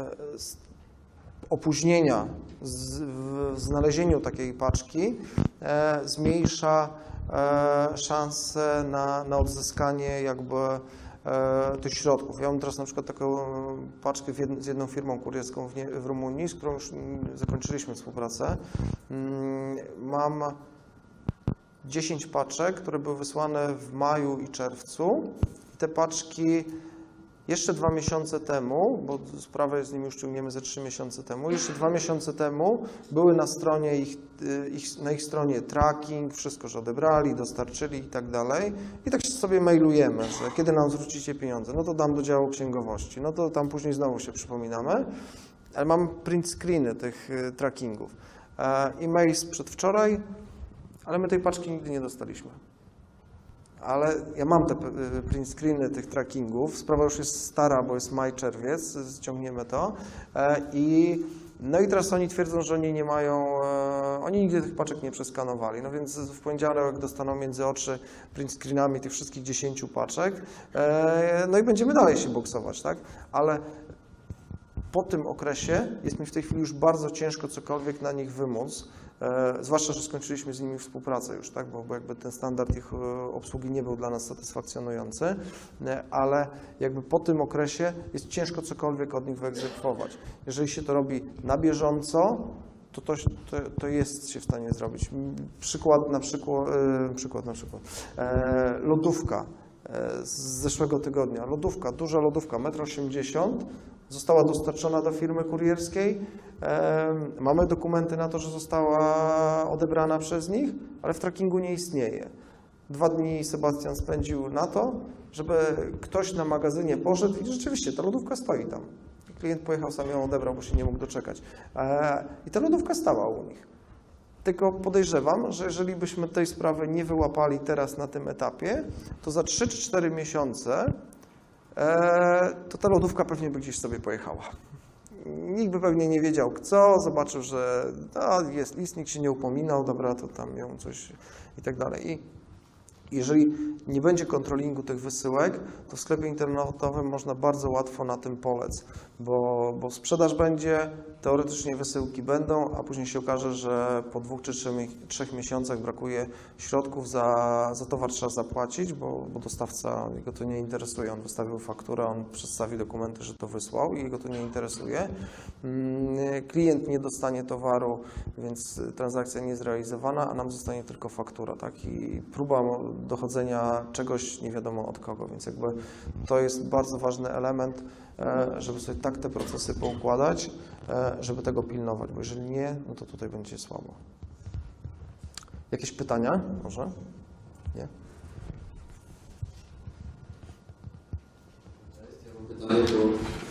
opóźnienia w znalezieniu takiej paczki zmniejsza szanse na odzyskanie jakby tych środków. Ja mam teraz na przykład taką paczkę z jedną firmą kurierską w Rumunii, z którą już zakończyliśmy współpracę. Mam 10 paczek, które były wysłane w maju i czerwcu. Te paczki jeszcze 2 miesiące temu, bo sprawę z nimi już ciągniemy ze 3 miesiące temu, jeszcze 2 miesiące temu były na stronie na ich stronie tracking, wszystko, że odebrali, dostarczyli i tak dalej. I tak sobie mailujemy, że kiedy nam zwrócicie pieniądze, no to dam do działu księgowości, no to tam później znowu się przypominamy, ale mam print screeny tych trackingów. E-mail sprzed wczoraj, ale my tej paczki nigdy nie dostaliśmy. Ale ja mam te print screeny tych trackingów, sprawa już jest stara, bo jest maj, czerwiec, ściągniemy to no i teraz oni twierdzą, że oni nie mają, oni nigdy tych paczek nie przeskanowali, no więc w poniedziałek dostaną między oczy print screenami tych wszystkich 10 paczek, no i będziemy dalej się boksować, tak? Ale po tym okresie jest mi w tej chwili już bardzo ciężko cokolwiek na nich wymóc, zwłaszcza, że skończyliśmy z nimi współpracę już, tak? Bo jakby ten standard ich obsługi nie był dla nas satysfakcjonujący, ale jakby po tym okresie jest ciężko cokolwiek od nich wyegzekwować. Jeżeli się to robi na bieżąco, to jest się w stanie zrobić. Przykład na przykład, lodówka z zeszłego tygodnia. Lodówka, duża lodówka, 1,80 m, została dostarczona do firmy kurierskiej. Mamy dokumenty na to, że została odebrana przez nich, ale w trackingu nie istnieje. 2 dni Sebastian spędził na to, żeby ktoś na magazynie poszedł i rzeczywiście ta lodówka stoi tam. Klient pojechał, sam ją odebrał, bo się nie mógł doczekać. I ta lodówka stała u nich. Tylko podejrzewam, że jeżeli byśmy tej sprawy nie wyłapali teraz na tym etapie, to za 3 czy 4 miesiące to ta lodówka pewnie by gdzieś sobie pojechała. Nikt by pewnie nie wiedział co, zobaczył, że jest list, nikt się nie upominał, dobra, to tam ją coś i tak dalej. I jeżeli nie będzie kontrolingu tych wysyłek, to w sklepie internetowym można bardzo łatwo na tym polec, bo sprzedaż będzie, teoretycznie wysyłki będą, a później się okaże, że po 2 czy 3 miesiącach brakuje środków, za towar trzeba zapłacić, bo dostawca, jego to nie interesuje, on wystawił fakturę, on przedstawi dokumenty, że to wysłał i jego to nie interesuje. Klient nie dostanie towaru, więc transakcja nie jest zrealizowana, a nam zostanie tylko faktura, tak? I próba dochodzenia czegoś nie wiadomo od kogo, więc jakby to jest bardzo ważny element, żeby sobie tak te procesy poukładać, żeby tego pilnować, bo jeżeli nie, no to tutaj będzie słabo. Jakieś pytania? Może? Nie? Ja mam pytanie, bo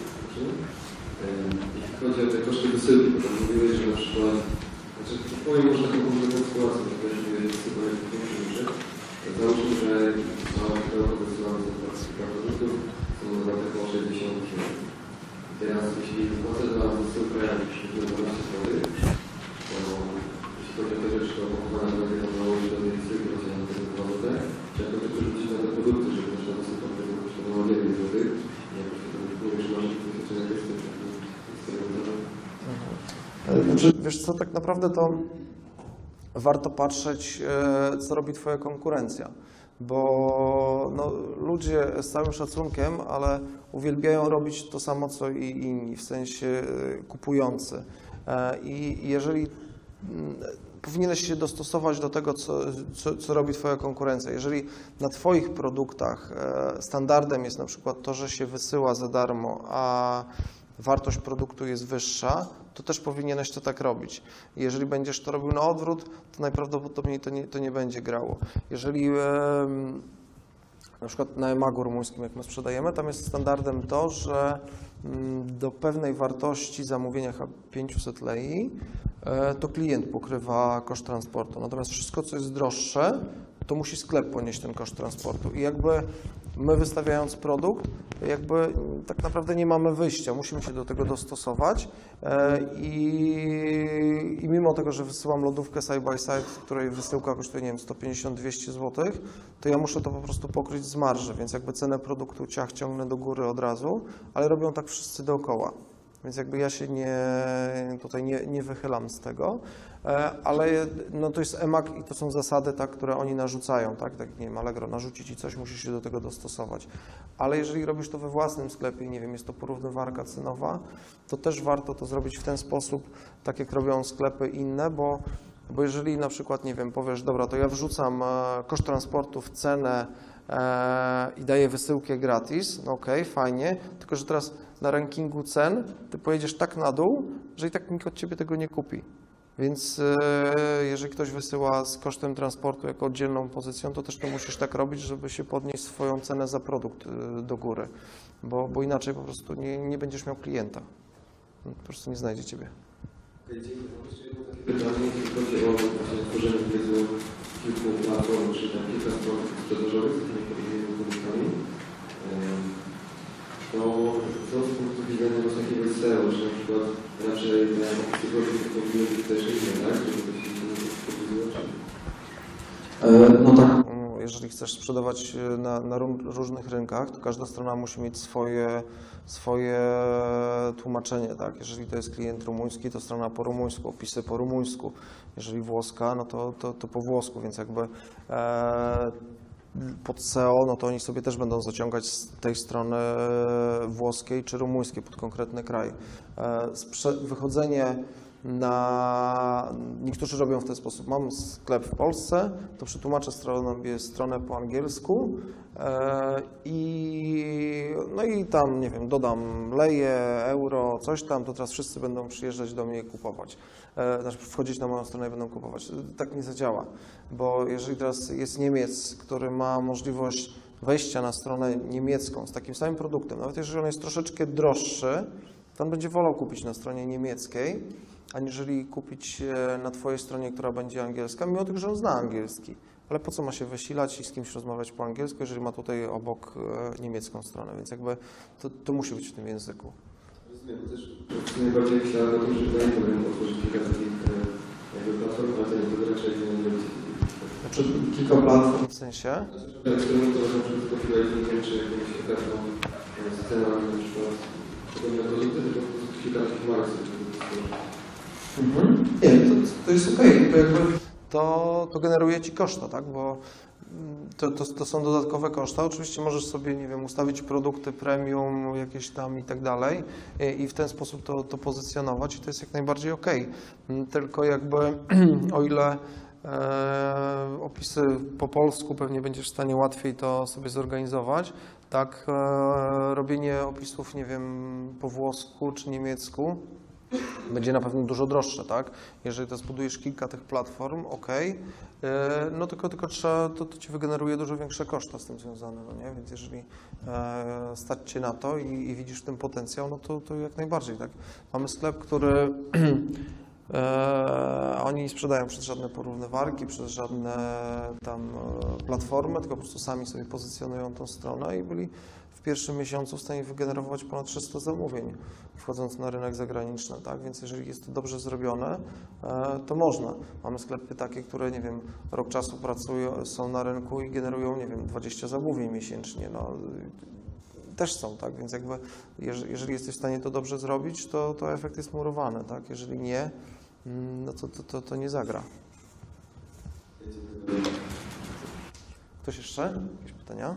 jeśli chodzi o te koszty wysyłki, to tam mówiłeś, że na przykład, powiem może taką konkretną sytuację, że weźmy wysyłać do funkcjonariuszy, załóżmy, że cała pudełko wysyłamy za kilka produktów, są zawarte po 60 kg. Teraz jeśli płacę za wysyłkę jakieś 12 zł, to jeśli chodzi o te rzeczy, to opakowane będzie to nałożyć do tej wysyłki, to na te 2 zł, czy jak to tylko rzucić na te produkty, żeby na przykład wysyłka tego kosztowała 9 zł, i jakoś to mówię, że masz jakieś doświadczenia z tego Znaczy, wiesz co, tak naprawdę to warto patrzeć, co robi twoja konkurencja, bo no, ludzie z całym szacunkiem, ale uwielbiają robić to samo, co i inni, w sensie kupujący. I jeżeli powinieneś się dostosować do tego, co robi twoja konkurencja. Jeżeli na twoich produktach standardem jest na przykład to, że się wysyła za darmo, a wartość produktu jest wyższa, to też powinieneś to tak robić. Jeżeli będziesz to robił na odwrót, to najprawdopodobniej to nie będzie grało. Jeżeli na przykład na Emagu rumuńskim, jak my sprzedajemy, tam jest standardem to, że do pewnej wartości zamówienia 500 lei to klient pokrywa koszt transportu. Natomiast wszystko, co jest droższe, to musi sklep ponieść ten koszt transportu. I jakby my wystawiając produkt, jakby tak naprawdę nie mamy wyjścia, musimy się do tego dostosować i mimo tego, że wysyłam lodówkę side by side, której wysyłka kosztuje, nie wiem, 150-200 zł, to ja muszę to po prostu pokryć z marży, więc jakby cenę produktu ciągnę do góry od razu, ale robią tak wszyscy dookoła. Więc jakby ja się nie wychylam z tego, ale no to jest EMAG i to są zasady, tak, które oni narzucają, tak, nie wiem, Allegro narzuci ci coś, musisz się do tego dostosować. Ale jeżeli robisz to we własnym sklepie, nie wiem, jest to porównywarka cenowa, to też warto to zrobić w ten sposób, tak jak robią sklepy inne, bo jeżeli na przykład, nie wiem, powiesz, dobra, to ja wrzucam koszt transportu w cenę i daje wysyłkę gratis, no okej, fajnie, tylko że teraz na rankingu cen ty pojedziesz tak na dół, że i tak nikt od ciebie tego nie kupi. Więc jeżeli ktoś wysyła z kosztem transportu jako oddzielną pozycją, to też to musisz tak robić, żeby się podnieść swoją cenę za produkt do góry, bo inaczej po prostu nie będziesz miał klienta. Po prostu nie znajdzie ciebie. Dzięki. Jeszcze jedno takie pytanie, jeśli chodzi o właśnie tworzenie powiedzmy kilku platform, czy tam kilka stron sprzedażowych z takimi podobnymi produktami, to co z punktu widzenia właśnie jakiegoś SEO, czy na przykład raczej te opisy powinny być też inne, tak? Żeby to się nie podpowiedziało? No tak. Jeżeli chcesz sprzedawać na różnych rynkach, to każda strona musi mieć swoje tłumaczenie, tak? Jeżeli to jest klient rumuński, to strona po rumuńsku, opisy po rumuńsku. Jeżeli włoska, no to po włosku, więc jakby pod SEO, no to oni sobie też będą zaciągać z tej strony włoskiej czy rumuńskiej pod konkretny kraj. Wychodzenie niektórzy robią w ten sposób. Mam sklep w Polsce, to przetłumaczę stronę po angielsku no i tam, nie wiem, dodam leje, euro, coś tam, to teraz wszyscy będą przyjeżdżać do mnie i kupować. Znaczy wchodzić na moją stronę i będą kupować. Tak nie zadziała, bo jeżeli teraz jest Niemiec, który ma możliwość wejścia na stronę niemiecką z takim samym produktem, nawet jeżeli on jest troszeczkę droższy, to on będzie wolał kupić na stronie niemieckiej, aniżeli kupić na twojej stronie, która będzie angielska, mimo tego, że on zna angielski. Ale po co ma się wysilać i z kimś rozmawiać po angielsku, jeżeli ma tutaj obok niemiecką stronę, więc jakby to musi być w tym języku. Rozumiem, bo też najbardziej myślałem o tym, że tutaj powinien otworzyć kilka takich jakby platform, ale to nie raczej nie będzie. Znaczy kilka platform w sensie? Eksperymentować na przykład z copywritingiem, czy jakąś ofertą, scenami na przykład, podobne produkty, tylko po prostu kilka takich marek sobie Nie, to jest okej, bo jakby to generuje ci koszta, tak? Bo to są dodatkowe koszta. Oczywiście możesz sobie, nie wiem, ustawić produkty premium jakieś tam i tak dalej i w ten sposób to pozycjonować i to jest jak najbardziej okej. Tylko jakby o ile opisy po polsku pewnie będziesz w stanie łatwiej to sobie zorganizować, tak robienie opisów, nie wiem, po włosku czy niemiecku będzie na pewno dużo droższe, tak? Jeżeli to zbudujesz kilka tych platform, no tylko trzeba, to ci wygeneruje dużo większe koszta z tym związane, no nie? Więc jeżeli stać cię na to i widzisz w tym potencjał, no to jak najbardziej, tak? Mamy sklep, który oni sprzedają przez żadne porównywarki, przez żadne tam platformy, tylko po prostu sami sobie pozycjonują tą stronę i byli w pierwszym miesiącu w stanie wygenerować ponad 300 zamówień, wchodząc na rynek zagraniczny, tak? Więc jeżeli jest to dobrze zrobione, to można. Mamy sklepy takie, które, nie wiem, rok czasu pracują, są na rynku i generują, nie wiem, 20 zamówień miesięcznie, no. Też są, tak? Więc jakby, jeżeli jesteś w stanie to dobrze zrobić, to efekt jest murowany, tak? Jeżeli nie, no to nie zagra. Ktoś jeszcze? Jakieś pytania?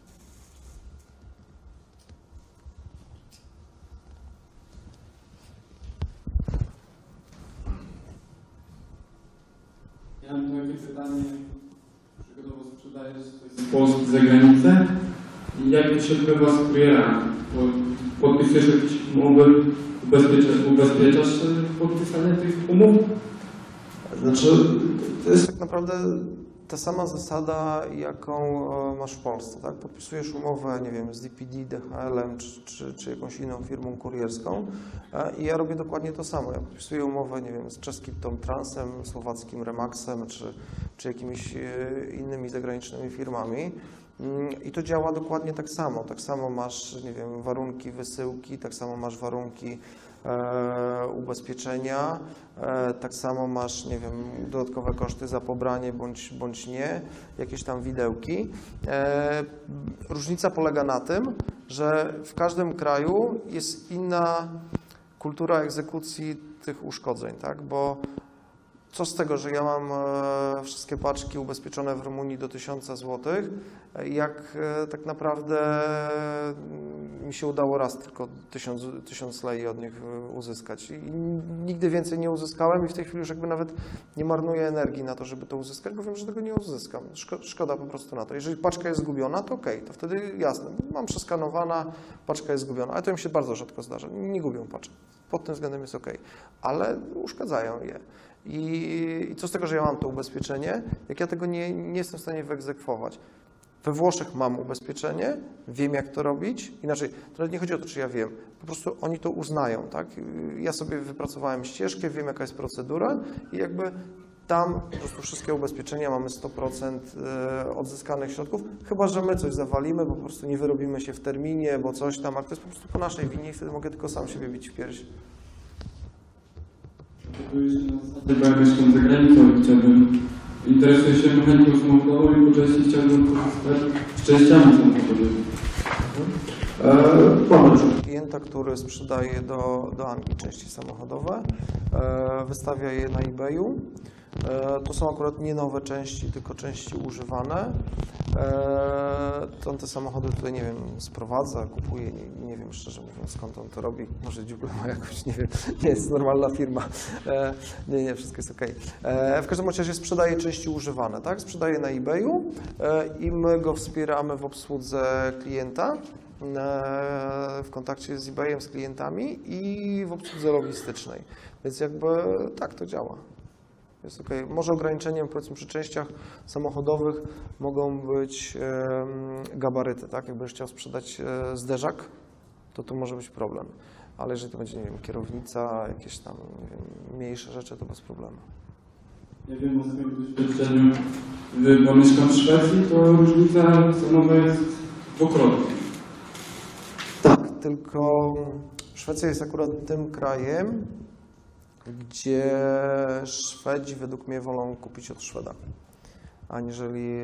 Ja mam takie pytanie, przykładowo sprzedajesz coś z Polski za granicę i jak to się odbywa z kurierami? Podpisujesz jakieś umowy, ubezpieczasz podpisanie tych umów? Znaczy, to jest tak naprawdę ta sama zasada, jaką masz w Polsce, tak? Podpisujesz umowę, nie wiem, z DPD, DHL-em czy jakąś inną firmą kurierską i ja robię dokładnie to samo. Ja podpisuję umowę, nie wiem, z czeskim Tom Transem, słowackim Remaxem czy jakimiś innymi zagranicznymi firmami. I to działa dokładnie tak samo. Tak samo masz, nie wiem, warunki wysyłki, tak samo masz warunki ubezpieczenia, tak samo masz, nie wiem, dodatkowe koszty za pobranie bądź nie, jakieś tam widełki. Różnica polega na tym, że w każdym kraju jest inna kultura egzekucji tych uszkodzeń, tak? Bo co z tego, że ja mam wszystkie paczki ubezpieczone w Rumunii do 1000 zł, jak tak naprawdę mi się udało raz tylko 1000 lei od nich uzyskać. I nigdy więcej nie uzyskałem i w tej chwili już jakby nawet nie marnuję energii na to, żeby to uzyskać, bo wiem, że tego nie uzyskam. Szkoda po prostu na to. Jeżeli paczka jest zgubiona, to okej, to wtedy jasne, mam przeskanowana, paczka jest zgubiona, ale to mi się bardzo rzadko zdarza. Nie gubią paczek. Pod tym względem jest okej, ale uszkadzają je. I co z tego, że ja mam to ubezpieczenie, jak ja tego nie jestem w stanie wyegzekwować. We Włoszech mam ubezpieczenie, wiem jak to robić, inaczej, to nawet nie chodzi o to, czy ja wiem, po prostu oni to uznają, tak? Ja sobie wypracowałem ścieżkę, wiem jaka jest procedura i jakby tam po prostu wszystkie ubezpieczenia mamy 100% odzyskanych środków, chyba że my coś zawalimy, bo po prostu nie wyrobimy się w terminie, bo coś tam, ale to jest po prostu po naszej winie i wtedy mogę tylko sam siebie bić w pierś. To jeszcze na zasadzie, bo ja mieszkam za granicą i chciałbym, interesuję się mechaniką samochodową i po części chciałbym korzystać z częściami samochodowymi. Klienta, który sprzedaje do Anglii części samochodowe, wystawia je na eBayu. To są akurat nie nowe części, tylko części używane. On te samochody tutaj, nie wiem, sprowadza, kupuje, nie wiem szczerze mówiąc skąd on to robi. Może dziuple ma jakoś, nie wiem, nie jest normalna firma. Nie, wszystko jest okej. W każdym razie sprzedaje części używane, tak? Sprzedaje na eBayu i my go wspieramy w obsłudze klienta, w kontakcie z eBayem, z klientami i w obsłudze logistycznej. Więc jakby tak to działa. Jest okej. Może ograniczeniem, powiedzmy, przy częściach samochodowych mogą być gabaryty, tak? Jakbyś chciał sprzedać zderzak, to może być problem. Ale jeżeli to będzie, nie wiem, kierownica, jakieś tam, nie wiem, mniejsze rzeczy, to bez problemu. Ja wiem o swoim doświadczeniu, bo mieszkam w Szwecji, to różnica cenowa jest dwukrotna. Tak, tylko Szwecja jest akurat tym krajem, gdzie Szwedzi według mnie wolą kupić od Szweda, aniżeli...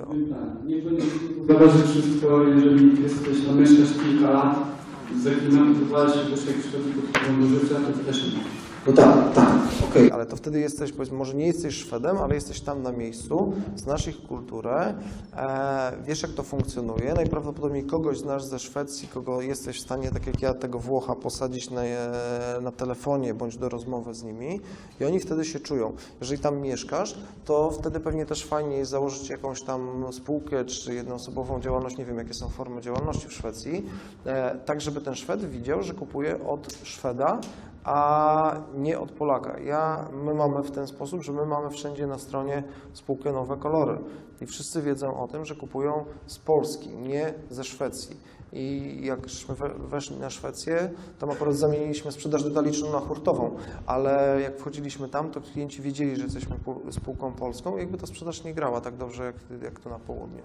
Zależy wszystko, jeżeli jesteś tam, mieszkasz kilka lat, zaklimatyzowałeś się do swojej Szwecji pod wpływem do życia, to też nie. No tak, okej, ale to wtedy jesteś, powiedzmy, może nie jesteś Szwedem, ale jesteś tam na miejscu, znasz ich kulturę, wiesz jak to funkcjonuje, najprawdopodobniej kogoś znasz ze Szwecji, kogo jesteś w stanie, tak jak ja, tego Włocha posadzić na telefonie bądź do rozmowy z nimi i oni wtedy się czują. Jeżeli tam mieszkasz, to wtedy pewnie też fajnie jest założyć jakąś tam spółkę czy jednoosobową działalność, nie wiem jakie są formy działalności w Szwecji, tak żeby ten Szwed widział, że kupuje od Szweda, a nie od Polaka. My mamy w ten sposób, że my mamy wszędzie na stronie spółkę Nowe Kolory i wszyscy wiedzą o tym, że kupują z Polski, nie ze Szwecji. I jakśmy weszli na Szwecję, tam akurat zamieniliśmy sprzedaż detaliczną na hurtową, ale jak wchodziliśmy tam, to klienci wiedzieli, że jesteśmy spółką polską i jakby ta sprzedaż nie grała tak dobrze, jak tu na południu.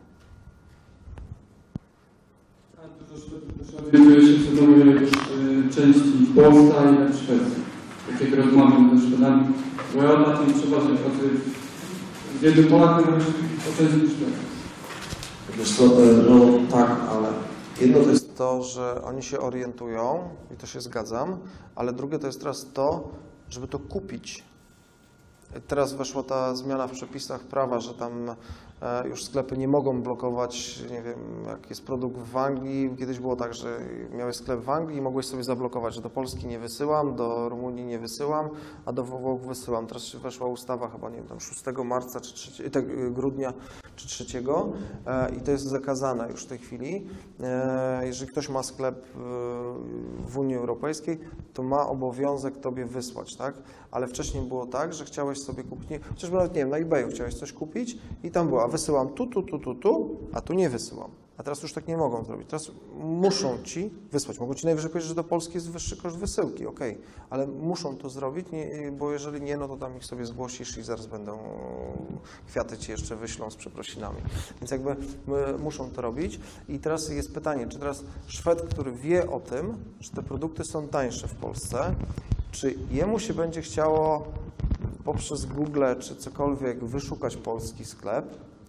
Orientuję się co do mojej części Polska i w Szwecji. Tak jak rozmawiam ze Szwedami, bo ja na tym przeważnie pracuję z jednym Polakiem, ale o części Szwecji. Wiesz co, no tak, ale jedno to jest to, że oni się orientują i to się zgadzam, ale drugie to jest teraz to, żeby to kupić. Teraz weszła ta zmiana w przepisach prawa, że tam już sklepy nie mogą blokować, nie wiem, jak jest produkt w Anglii. Kiedyś było tak, że miałeś sklep w Anglii i mogłeś sobie zablokować, że do Polski nie wysyłam, do Rumunii nie wysyłam, a do Włoch wysyłam. Teraz weszła ustawa chyba, nie wiem, tam 6 marca czy 3, grudnia czy 3 i to jest zakazane już w tej chwili. Jeżeli ktoś ma sklep w Unii Europejskiej, to ma obowiązek tobie wysłać, tak? Ale wcześniej było tak, że chciałeś sobie kupić, chociażby nawet, nie wiem, na eBayu chciałeś coś kupić i tam była, wysyłam tu, a tu nie wysyłam. A teraz już tak nie mogą zrobić. Teraz muszą ci wysłać. Mogą ci najwyżej powiedzieć, że do Polski jest wyższy koszt wysyłki, okej, ale muszą to zrobić, bo jeżeli nie, no to tam ich sobie zgłosisz i zaraz będą kwiaty ci jeszcze wyślą z przeprosinami. Więc jakby muszą to robić. I teraz jest pytanie, czy teraz Szwed, który wie o tym, że te produkty są tańsze w Polsce, czy jemu się będzie chciało poprzez Google czy cokolwiek wyszukać polski sklep,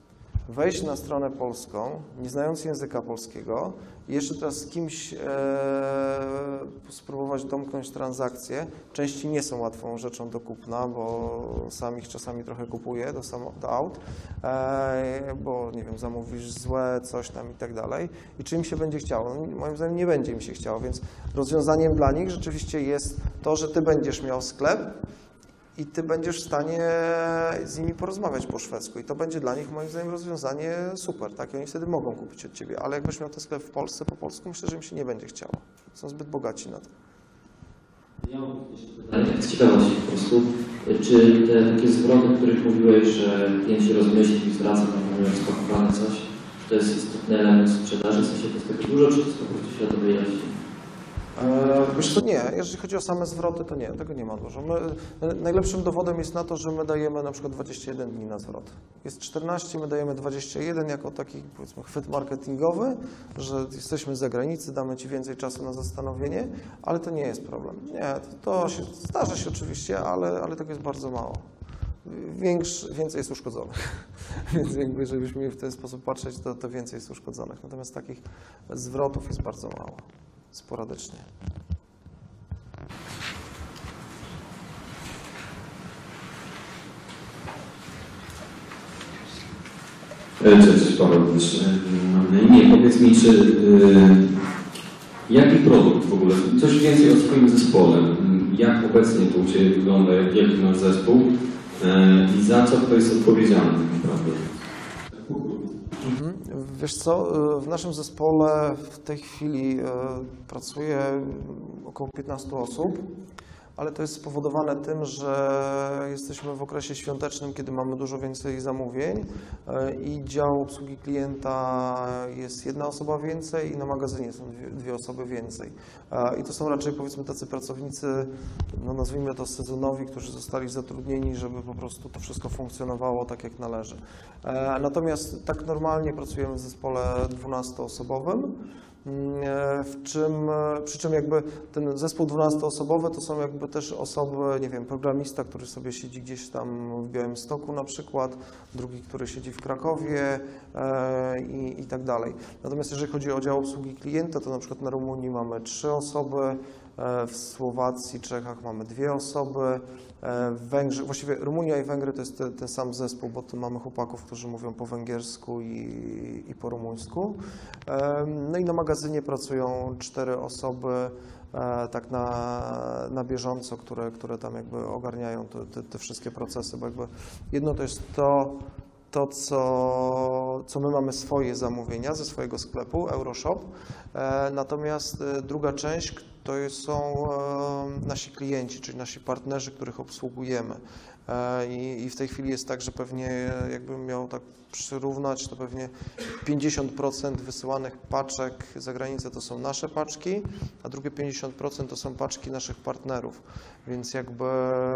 wejść na stronę polską, nie znając języka polskiego i jeszcze teraz z kimś spróbować domknąć transakcje. Części nie są łatwą rzeczą do kupna, bo sam ich czasami trochę kupuję do aut, bo nie wiem, zamówisz złe, coś tam i tak dalej. I czy im się będzie chciało? No, moim zdaniem nie będzie im się chciało, więc rozwiązaniem dla nich rzeczywiście jest to, że ty będziesz miał sklep i ty będziesz w stanie z nimi porozmawiać po szwedzku i to będzie dla nich moim zdaniem rozwiązanie super, tak? I oni wtedy mogą kupić od ciebie, ale jakbyś miał ten sklep w Polsce po polsku, myślę, że im się nie będzie chciało. Są zbyt bogaci na to. Ja mam jeszcze pytanie, tak z ciekawości po prostu. Czy te takie zwroty, o których mówiłeś, że klient się rozmyśli i zwraca na rozpakowane coś, to jest istotny element sprzedaży, w sensie to jest tak dużo, czy to jest po prostu świadomej jaźni? Wiesz co, nie. Jeżeli chodzi o same zwroty, to nie, tego nie ma dużo. Najlepszym dowodem jest na to, że my dajemy na przykład 21 dni na zwrot. Jest 14, my dajemy 21 jako taki, powiedzmy, chwyt marketingowy, że jesteśmy z zagranicy, damy Ci więcej czasu na zastanowienie, ale to nie jest problem. Nie, to się zdarza się oczywiście, ale tego jest bardzo mało. Więcej jest uszkodzonych. Więc jakby, jeżeli byśmy mieli w ten sposób patrzeć, to więcej jest uszkodzonych. Natomiast takich zwrotów jest bardzo mało. Sporadycznie. Cześć, Paweł też mam na imię. Powiedz mi, czy jaki produkt w ogóle, coś więcej o swoim zespole, jak obecnie to u Ciebie wygląda, jaki masz zespół i za co kto jest odpowiedzialny tak naprawdę? Wiesz co, w naszym zespole w tej chwili pracuje około 15 osób, ale to jest spowodowane tym, że jesteśmy w okresie świątecznym, kiedy mamy dużo więcej zamówień i dział obsługi klienta jest jedna osoba więcej i na magazynie są dwie osoby więcej. I to są raczej, powiedzmy, tacy pracownicy, no nazwijmy to sezonowi, którzy zostali zatrudnieni, żeby po prostu to wszystko funkcjonowało tak, jak należy. Natomiast tak normalnie pracujemy w zespole 12-osobowym. Przy czym jakby ten zespół 12-osobowy to są jakby też osoby, nie wiem, programista, który sobie siedzi gdzieś tam w Białymstoku na przykład, drugi, który siedzi w Krakowie i tak dalej. Natomiast jeżeli chodzi o dział obsługi klienta, to na przykład na Rumunii mamy 3 osoby, w Słowacji, Czechach mamy 2 osoby, w Węgrzech, właściwie Rumunia i Węgry to jest ten sam zespół, bo tu mamy chłopaków, którzy mówią po węgiersku i po rumuńsku. No i na magazynie pracują 4 osoby tak na bieżąco, które tam jakby ogarniają te wszystkie procesy, bo jakby jedno to jest to, co my mamy swoje zamówienia ze swojego sklepu, Euroshop, natomiast druga część to są nasi klienci, czyli nasi partnerzy, których obsługujemy. I w tej chwili jest tak, że pewnie jakbym miał tak przyrównać, to pewnie 50% wysyłanych paczek za granicę to są nasze paczki, a drugie 50% to są paczki naszych partnerów, więc jakby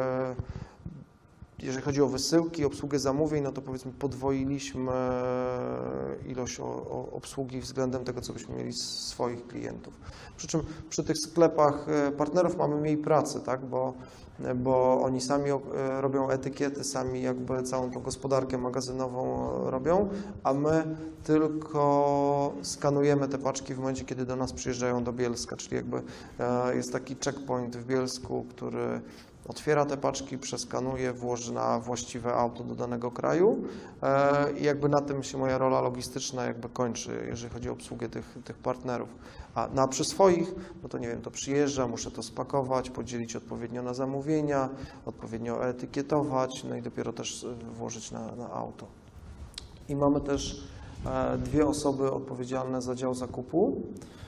jeżeli chodzi o wysyłki, obsługę zamówień, no to powiedzmy podwoiliśmy ilość obsługi względem tego, co byśmy mieli z swoich klientów. Przy czym przy tych sklepach partnerów mamy mniej pracy, tak? Bo oni sami robią etykiety, sami jakby całą tą gospodarkę magazynową robią, a my tylko skanujemy te paczki w momencie, kiedy do nas przyjeżdżają do Bielska, czyli jakby jest taki checkpoint w Bielsku, który otwiera te paczki, przeskanuje, włoży na właściwe auto do danego kraju i jakby na tym się moja rola logistyczna jakby kończy, jeżeli chodzi o obsługę tych partnerów. A przy swoich, no to nie wiem, to przyjeżdża, muszę to spakować, podzielić odpowiednio na zamówienia, odpowiednio etykietować, no i dopiero też włożyć na auto. I mamy też 2 osoby odpowiedzialne za dział zakupu.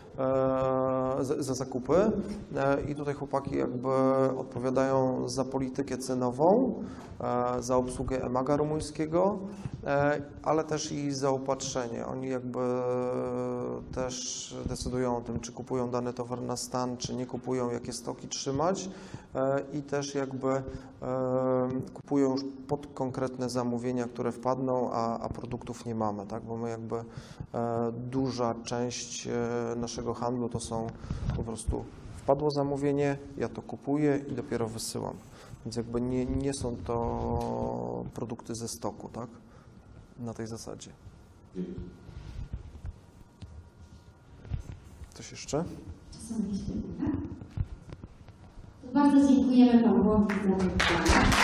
Za zakupy i tutaj chłopaki jakby odpowiadają za politykę cenową, za obsługę e-maga rumuńskiego, ale też i za opatrzenie. Oni jakby też decydują o tym, czy kupują dany towar na stan, czy nie kupują, jakie stoki trzymać i też jakby kupują już pod konkretne zamówienia, które wpadną, a produktów nie mamy, tak? Bo my jakby duża część naszego handlu to są po prostu wpadło zamówienie, ja to kupuję i dopiero wysyłam. Więc jakby nie są to produkty ze stoku, tak? na tej zasadzie. Dziękuję. Coś jeszcze? Są jakieś pytania? To bardzo dziękujemy Pawłowi za wypowiedź.